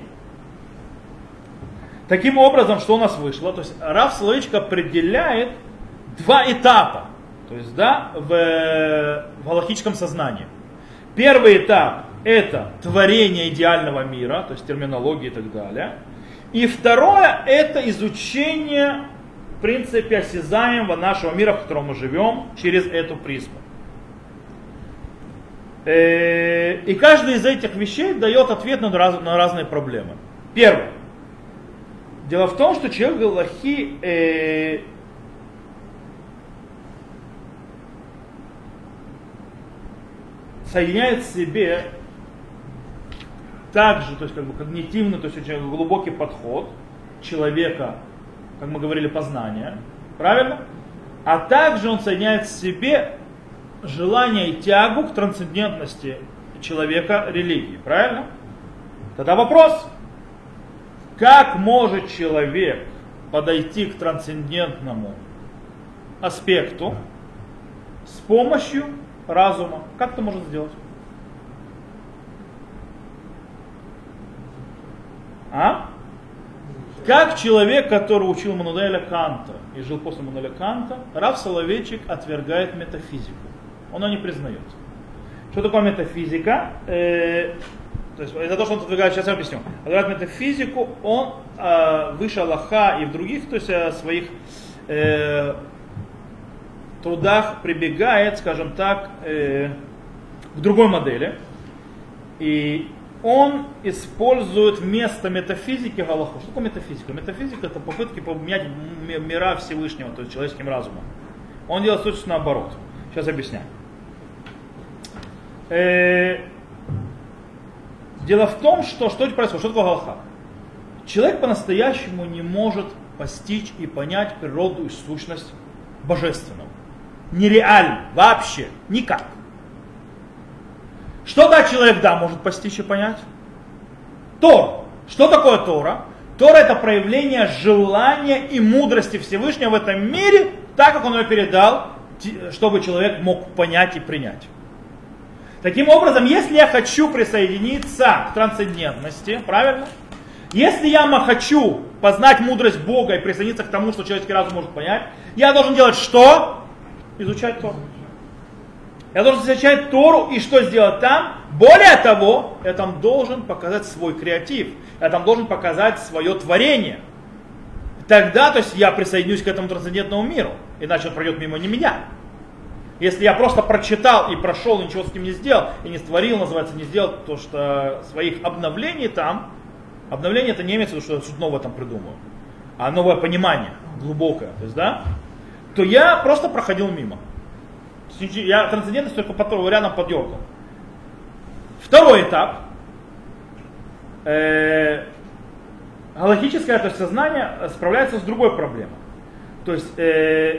Таким образом, что у нас вышло? То есть Рав Соловейчик определяет два этапа. То есть, да, в, в галахическом сознании. Первый этап – это творение идеального мира, то есть терминология и так далее. И второе – это изучение, в принципе, осязаемого нашего мира, в котором мы живем, через эту призму. И каждый из этих вещей дает ответ на, раз, на разные проблемы. Первое. Дело в том, что человек галахи э, соединяет в себе также, то есть как бы когнитивный, то есть очень глубокий подход человека, как мы говорили, познания, правильно? А также он соединяет в себе желание и тягу к трансцендентности человека религии, правильно? Тогда вопрос, как может человек подойти к трансцендентному аспекту с помощью разума? Как это можно сделать? А? Как человек, который учил Мануэля Канта и жил после Мануэля Канта, Рав Соловейчик отвергает метафизику. Он ее не признает. Что такое метафизика? Э, то есть, это то, что он отвергает, сейчас я объясню. Отвергает метафизику, он э, выше Аллаха и в других, то есть э, своих э, трудах прибегает, скажем так, э, к другой модели. И он использует вместо метафизики галаху. Что такое метафизика? Метафизика — это попытки поменять мира Всевышнего, то есть человеческим разумом. Он делает точно наоборот. Сейчас объясняю. Э, дело в том, что что происходит, что такое галаха? Человек по-настоящему не может постичь и понять природу и сущность божественного. Нереально, вообще, никак. Что да, человек, да, может постичь и понять? Тора. Что такое Тора? Тора — это проявление желания и мудрости Всевышнего в этом мире, так как он его передал, чтобы человек мог понять и принять. Таким образом, если я хочу присоединиться к трансцендентности, правильно? Если я хочу познать мудрость Бога и присоединиться к тому, что человеческий разум может понять, я должен делать что? Изучать Тору. Я должен изучать Тору и что сделать там? Более того, я там должен показать свой креатив. Я там должен показать свое творение. Тогда, то есть я присоединюсь к этому трансцендентному миру. Иначе он пройдет мимо не меня. Если я просто прочитал и прошел, и ничего с ним не сделал, и не створил, называется, не сделал, то что своих обновлений там, обновление это не имеется в виду, что я что-то новое там придумаю, а новое понимание, глубокое, то есть, да, то я просто проходил мимо. Я трансцендентность только по, рядом подергал. Второй этап. Э, галахическое, то есть сознание справляется с другой проблемой. То есть, э,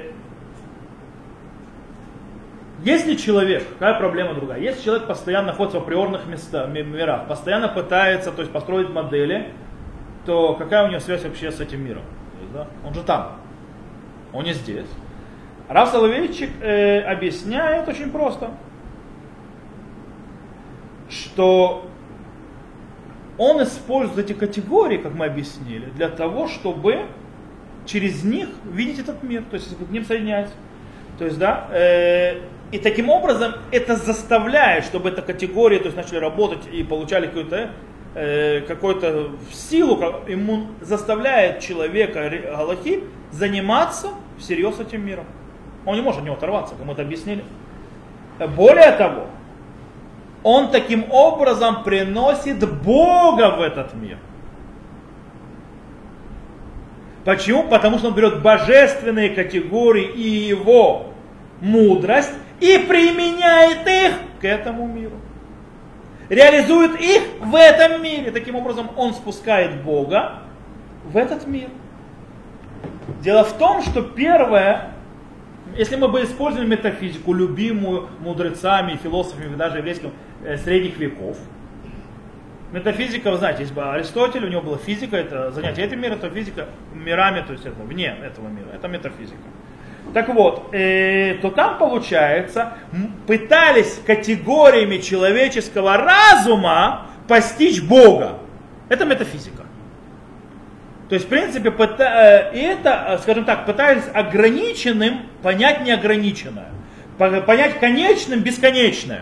если человек, какая проблема другая, если человек постоянно находится в априорных местах, мирах, постоянно пытается, то есть, построить модели, то какая у него связь вообще с этим миром? Есть, да? Он же там, он не здесь. Рав Соловейчик э, объясняет очень просто, что он использует эти категории, как мы объяснили, для того, чтобы через них видеть этот мир, то есть к ним соединять. То есть, да, э, и таким образом это заставляет, чтобы эта категория, то есть начали работать и получали какую-то э, какую-то силу, ему заставляет человека галахи заниматься всерьез этим миром. Он не может от него оторваться, как мы это объяснили. Более того, он таким образом приносит Бога в этот мир. Почему? Потому что он берет божественные категории и его мудрость и применяет их к этому миру. Реализует их в этом мире. Таким образом он спускает Бога в этот мир. Дело в том, что первое, если мы бы использовали метафизику, любимую мудрецами и философами даже еврейских э, средних веков, метафизика, вы знаете, есть Аристотель, у него была физика, это занятие этим миром, это физика мирами, то есть это вне этого мира, это метафизика. Так вот, э, то там получается, пытались категориями человеческого разума постичь Бога. Это метафизика. То есть, в принципе, пыта, э, это, скажем так, пытались ограниченным понять неограниченное, понять конечным бесконечное.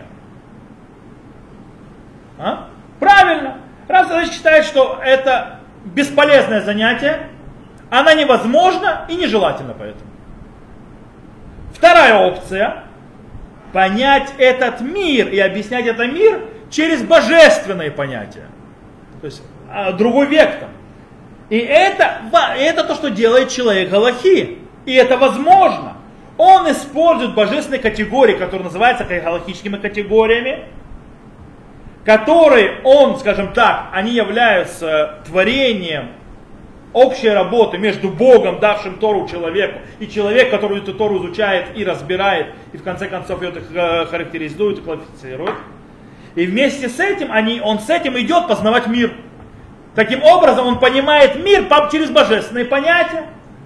А? Правильно. Раз человек считает, что это бесполезное занятие, она невозможна и нежелательна поэтому. Вторая опция – понять этот мир и объяснять этот мир через божественные понятия. То есть другой вектор. И это, это то, что делает человек галахи. И это возможно. Он использует божественные категории, которые называются галахическими категориями, которые он, скажем так, они являются творением общей работы между Богом, давшим Тору человеку, и человек, который эту Тору изучает и разбирает, и в конце концов ее характеризует и классифицирует. И вместе с этим они, он с этим идет познавать мир. Таким образом он понимает мир через божественные понятия.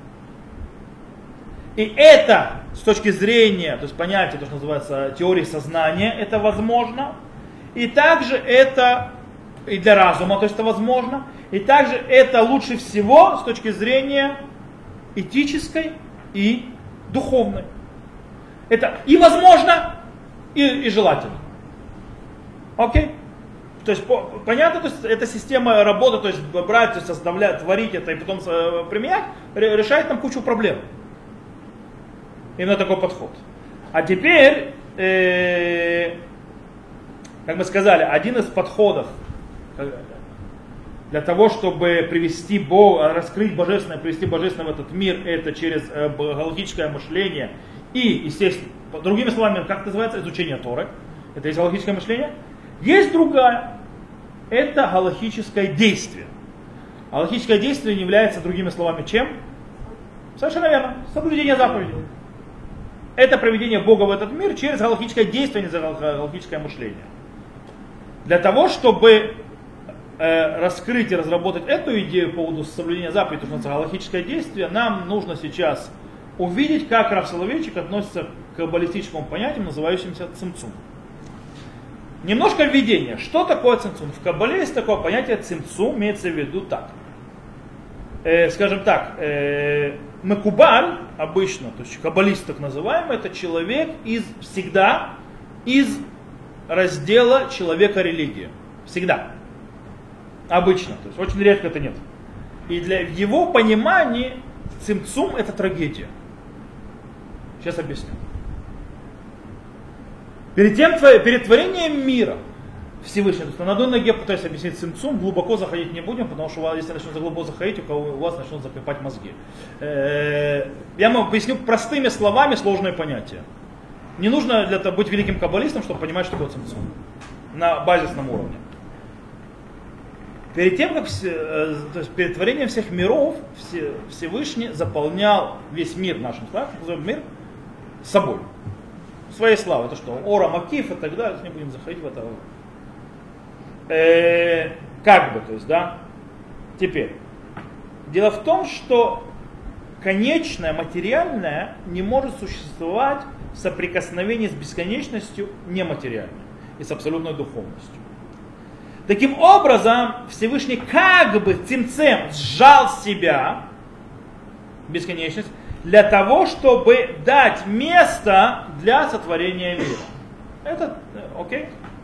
И это с точки зрения, то есть понятия, то, что называется теории сознания, это возможно. И также это и для разума, то есть это возможно. И также это лучше всего с точки зрения этической и духовной. Это и возможно, и, и желательно. Окей? То есть по, понятно, то есть эта система работы, то есть брать, то есть составлять, творить это и потом применять, решает нам кучу проблем. Именно такой подход. А теперь, э, как мы сказали, один из подходов для того, чтобы привести Бога, раскрыть божественное, привести божественное в этот мир, это через э, галахическое мышление и, естественно, другими словами, как это называется, изучение Торы. Это есть галахическое мышление. Есть другая. Это галахическое действие. Галахическое действие является, другими словами, чем? Совершенно верно. Соблюдение заповедей. Это приведение Бога в этот мир через галахическое действие, не за галахическое мышление. Для того, чтобы э, раскрыть и разработать эту идею по поводу соблюдения заповедей, то, что это галахическое действие, нам нужно сейчас увидеть, как Рав Соловейчик относится к каббалистическому понятию, называющемуся цимцум. Немножко введения. Что такое цимцум? В Каббале есть такое понятие цимцум, имеется в виду так. Э, скажем так, э, Мекубаль обычно, то есть каббалист так называемый, это человек из, всегда из раздела человека-религия. Всегда. Обычно. То есть очень редко это нет. И для его понимания цимцум это трагедия. Сейчас объясню. Перед, тем, перед творением мира Всевышний, то есть на одной ноге пытаюсь объяснить цимцум, глубоко заходить не будем, потому что если начнут глубоко заходить, у, кого, у вас начнут закрепать мозги. Я вам поясню простыми словами сложные понятия. Не нужно для того быть великим каббалистом, чтобы понимать, что такое цимцум на базисном уровне. Перед тем, как то есть перед творением всех миров, Всевышний заполнял весь мир нашим, так называемый мир, собой. Своей славой. Это что? Ора, Макиф и так далее. Не будем заходить в это. Э, как бы, то есть, да. Теперь. Дело в том, что конечное, материальное не может существовать в соприкосновении с бесконечностью нематериальной и с абсолютной духовностью. Таким образом, Всевышний как бы цимцем сжал себя, бесконечность, для того, чтобы дать место для сотворения мира. Это окей?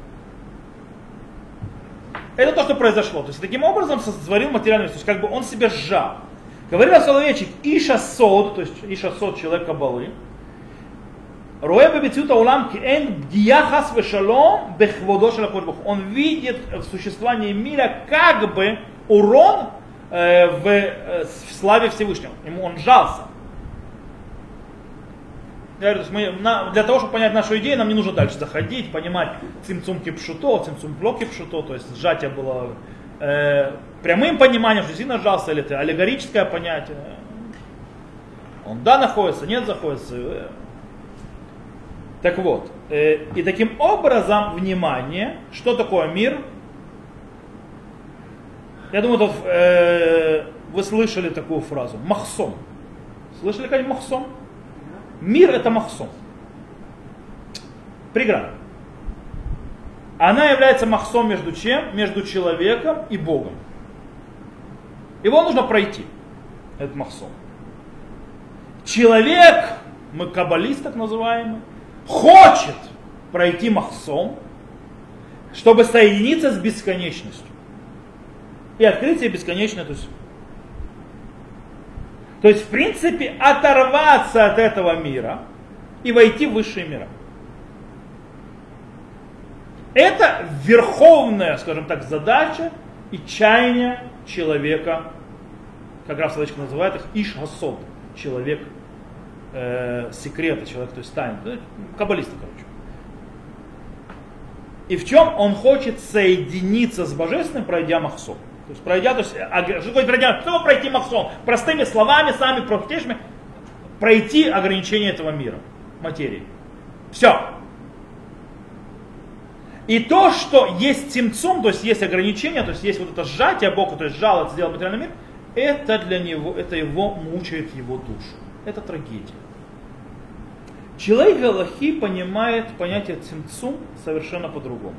Это то, что произошло. То есть таким образом сотворил материальную мир. То есть как бы он себя сжал. Говорил Соловейчик, Иша Сод, то есть Иша Сод, человек Каббалы, Роэ бебициута улам кен гияхас вешалом бехводо шел акодш барух. Он видит в существовании мира как бы урон э, в, э, в славе Всевышнего. Ему он сжался. Я говорю, мы, на, для того, чтобы понять нашу идею, нам не нужно дальше заходить, понимать цимцум кипшуто, цимцум пло кипшуто, то есть сжатие было э, прямым пониманием, что сильно сжался, или это аллегорическое понятие. Он да находится, нет заходится. Так вот, э, и таким образом, внимание, что такое мир? Я думаю, тут, э, вы слышали такую фразу, махсом. Слышали когда-нибудь махсом? Мир это махсом. Преграда. Она является махсом между чем? Между человеком и Богом. Его нужно пройти, этот махсом. Человек, мы каббалист так называемый, хочет пройти махсом, чтобы соединиться с бесконечностью. И открытие бесконечное, то есть, то есть в принципе оторваться от этого мира и войти в высшие мира. Это верховная, скажем так, задача и чаяние человека, как раз Соловейчик называет их иш-хасод, человек э, секрета, человек, то есть тайны, каббалисты, короче. И в чем он хочет соединиться с Божественным, пройдя махсом. То есть пройдя, то есть, что такое пройдя, что пройти махсом? Простыми словами, самыми простейшими, пройти ограничение этого мира, материи. Все. И то, что есть цимцум, то есть есть ограничение, то есть есть вот это сжатие Бога, то есть сжало, сделал материальный мир, это для него, это его мучает его душу. Это трагедия. Человек Галахи понимает понятие цимцум совершенно по-другому.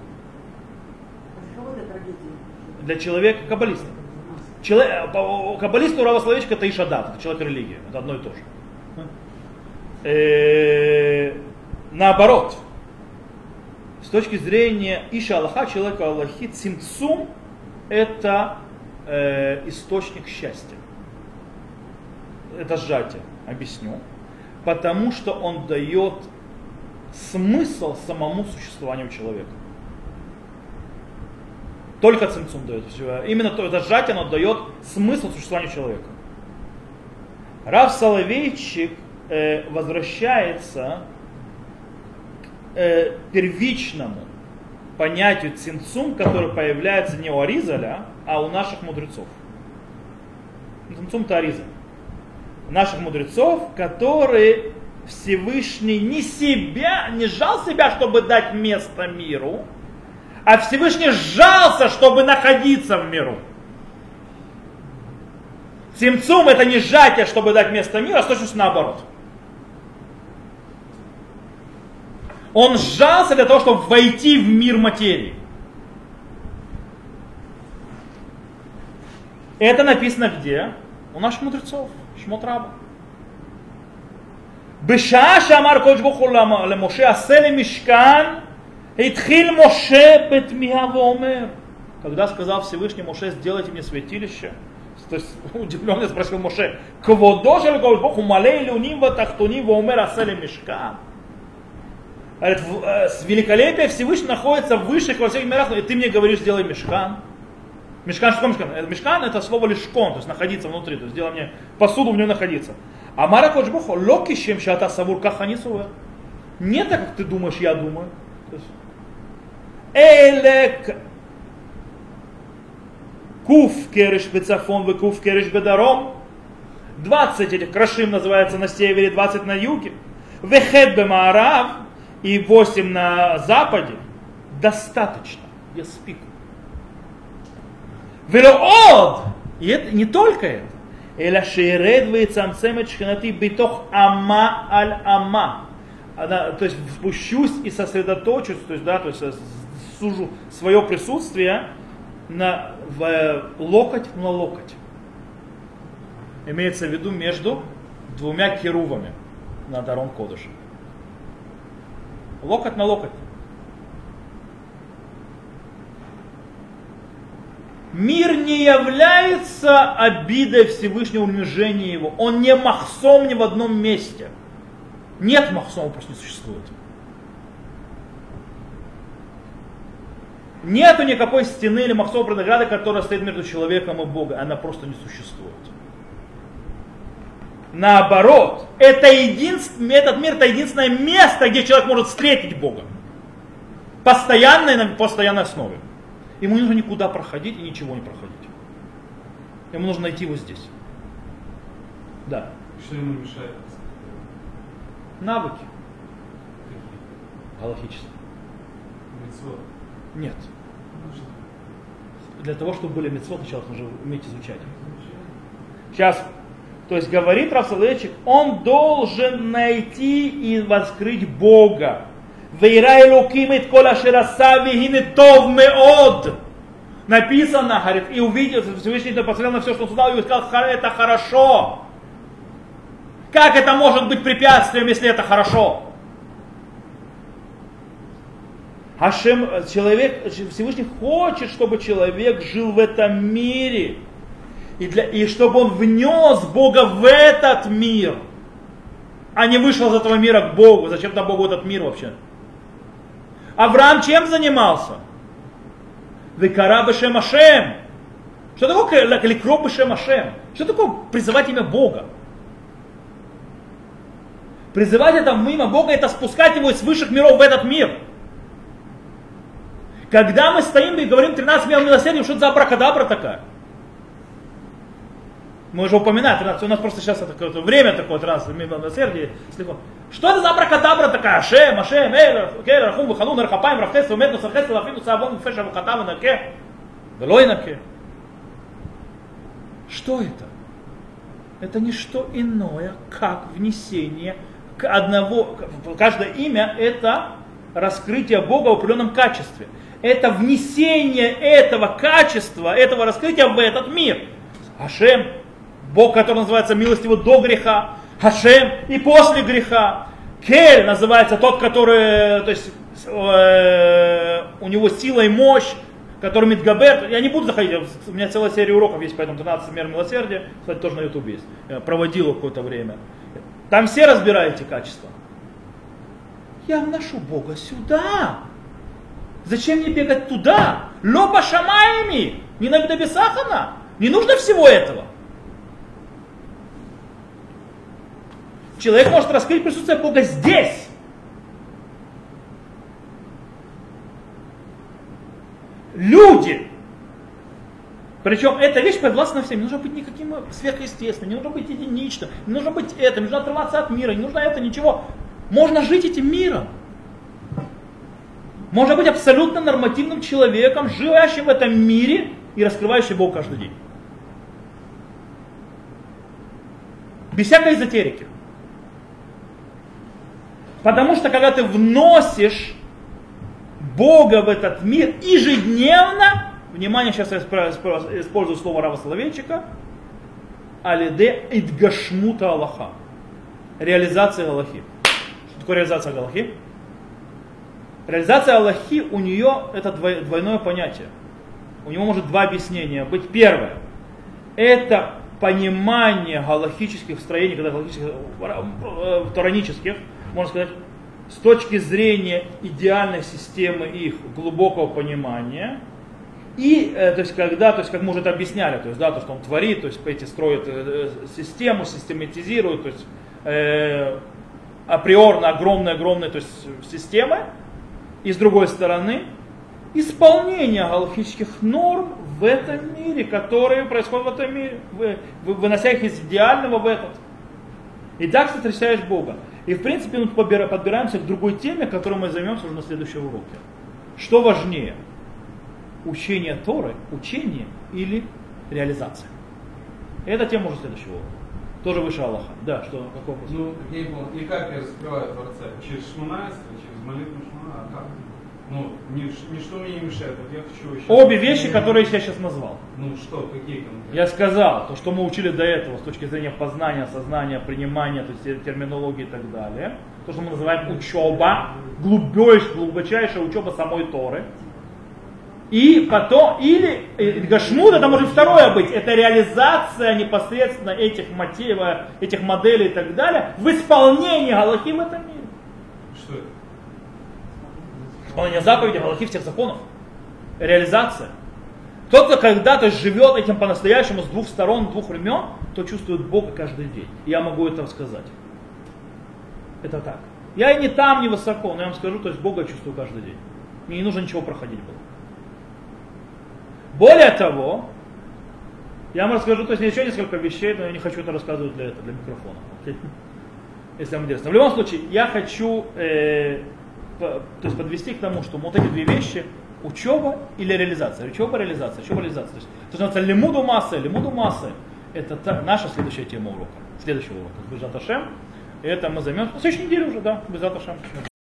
Для человека каббалиста. Человек, каббалисту Рава Соловейчика это ишадат, это человек религии, это одно и то же. Э, наоборот, с точки зрения Иша Аллаха, человека Аллахи, цимцум это э, источник счастья. Это сжатие, объясню. Потому что он дает смысл самому существованию человека. Только цимцум дает. Именно то, это сжатие, оно дает смысл существованию человека. Рав Соловейчик э, возвращается к э, первичному понятию цимцум, который появляется не у Аризаля, а у наших мудрецов. Цимцум это Аризаль. Наших мудрецов, которые Всевышний не себя, не сжал себя, чтобы дать место миру, а Всевышний сжался, чтобы находиться в миру. Цимцум это не сжатие, чтобы дать место миру, а точно наоборот. Он сжался для того, чтобы войти в мир материи. Это написано где? У наших мудрецов. Шмот Раба. בשעה שאמר הקדוש ברוך הוא למשה עשה לי משכן, התחיל משה בתמיהה ואומר. Когда сказал Всевышний Моше, сделайте мне святилище, то есть удивленно спросил Моше, кводо шел הקדוש ברוך הוא מלא עליונים ותחתונים ואומר עשה לי משכן. Говорит, с великолепия Всевышний находится выше во всех мирах, и ты мне говоришь, сделай мишкан. Мишкан, что такое мишкан? Мишкан это слово лишкон, то есть находиться внутри, то есть сделай мне посуду в нем находиться. А Мара Кодж Бог локи чем шата савур каханисуэ. Не так, как ты думаешь, я думаю. Элек куф кереш бецафон ве куф кереш бедаром. двадцать этих крашим называется на севере, двадцать на юге. Вехет бемаарав и восемь на западе. Достаточно. Я спику. Велоод. И это не только это. Эля шейред вейцамцемет шхинати битох ама аль ама. То есть спущусь и сосредоточусь, то есть, да, то есть сужу свое присутствие на, в, локоть на локоть. Имеется в виду между двумя керувами над Арон Кодыш. Локоть на локоть. Мир не является обидой Всевышнего, унижения его. Он не махсом ни в одном месте. Нет махсома, просто не существует. Нету никакой стены или махсома преграды, которая стоит между человеком и Богом. Она просто не существует. Наоборот, это единственное, этот мир это единственное место, где человек может встретить Бога. Постоянно и на постоянной основе. Ему не нужно никуда проходить и ничего не проходить. Ему нужно найти его здесь. Да. Что ему мешает? Навыки. Какие? Галахические. Мицвот. Нет. Ну, что? Для того, чтобы были мицвот, сначала нужно уметь изучать. Сейчас, то есть говорит Рав Соловейчик, он должен найти и воскрыть Бога. Написано, говорит, и увидел, Всевышний посмотрел на все, что он создал, и сказал, это хорошо. Как это может быть препятствием, если это хорошо? Хашем, человек, Всевышний хочет, чтобы человек жил в этом мире. И, для, и чтобы он внес Бога в этот мир. А не вышел из этого мира к Богу. Зачем там Богу этот мир вообще? Авраам чем занимался? Векара бешем Ашем. Что такое ликро бешем Ашем? Что такое призывать имя Бога? Призывать это имя Бога, это спускать его из высших миров в этот мир. Когда мы стоим и говорим тринадцать мер милосердия, что это за абракадабра такая? Мы уже упоминали, тринадцать, у нас просто сейчас это какое-то время такое, тринадцать мер милосердия. Что это за абракадабра такая? Ашем, Ашем, Эйр, Кейр, Рахум, Ваханун, Рахапаем, Рафхес, Умедну, Сархес, Лафину, Саабон, Феша, Вахатава, Наке, Велойнаке. Что это? Это не что иное, как внесение одного, каждое имя это раскрытие Бога в определенном качестве. Это внесение этого качества, этого раскрытия в этот мир. Ашем, Бог, который называется милостивый до греха. Ашем и после греха. Кель называется тот, который, то есть, э, у него сила и мощь, который Мидгабер. Я не буду заходить, у меня целая серия уроков есть, поэтому тринадцать мер милосердия, кстати, тоже на ютубе есть. Я проводил какое-то время. Там все разбирают эти качества. Я вношу Бога сюда. Зачем мне бегать туда? Лоба шамаями, не на бедобесахана. Не нужно всего этого. Человек может раскрыть присутствие Бога здесь. Люди. Причем эта вещь подвластна всем. Не нужно быть никаким сверхъестественным, не нужно быть единичным, не нужно быть это, не нужно отрываться от мира, не нужно это, ничего. Можно жить этим миром. Можно быть абсолютно нормативным человеком, живущим в этом мире и раскрывающим Бога каждый день. Без всякой эзотерики. Потому что когда ты вносишь Бога в этот мир ежедневно, внимание, сейчас я использую слово Рава Соловейчика, алиде идгашмута Аллаха. Реализация Аллахи. Что такое реализация Аллахи? Реализация Аллахи у нее это двойное понятие. У него может два объяснения быть. Первое. Это понимание галахических строений, когда галахических, таранических, можно сказать, с точки зрения идеальной системы их глубокого понимания. И, то есть, когда, то есть, как мы уже это объясняли, то есть, да, то, что он творит, то есть, эти строит систему, систематизирует, то есть, э, априорно огромные-огромные, то есть, системы. И с другой стороны, исполнение галахических норм в этом мире, которые происходят в этом мире, вынося их из идеального в этот. И так ты встречаешь Бога. И в принципе мы подбираемся к другой теме, которой мы займемся уже на следующем уроке. Что важнее? Учение Торы, учение или реализация? Эта тема уже следующего урока. Тоже выше Аллаха. Да, что, какой вопрос? Ну, я не понял, и как я раскрываю Творца? Через Шмонайс, через молитву Шмона, а как? Ну, нич- ничто мне не мешает. Вот я хочу еще... Обе вещи, которые я сейчас назвал. Ну что, какие конкретно? Я сказал, то, что мы учили до этого с точки зрения познания, сознания, принимания, то есть терминологии и так далее. То, что мы называем учеба, глубочайшая, глубочайшая учеба самой Торы. И потом, или э, гашмут, это может второе быть, это реализация непосредственно этих мотивов, этих моделей и так далее в исполнении галахи в этом мире. Что это? Исполнение заповедей, галахи всех законов. Реализация. Кто-то когда-то живет этим по-настоящему с двух сторон, двух времен, то чувствует Бога каждый день. Я могу это сказать. Это так. Я и не там, не высоко, но я вам скажу, то есть Бога я чувствую каждый день. Мне не нужно ничего проходить было. Более того, я вам расскажу, то есть еще несколько вещей, но я не хочу это рассказывать для этого, для микрофона. Если вам интересно. В любом случае, я хочу э, по, то есть подвести к тому, что вот эти две вещи, учеба или реализация. Учеба, реализация, учеба, реализация. То есть, то, что называется лимуду массы, лимуду массы, это та, наша следующая тема урока. Следующего урока. Безат Ашем. Это мы займемся. На следующей неделе уже, да, Безат Ашем.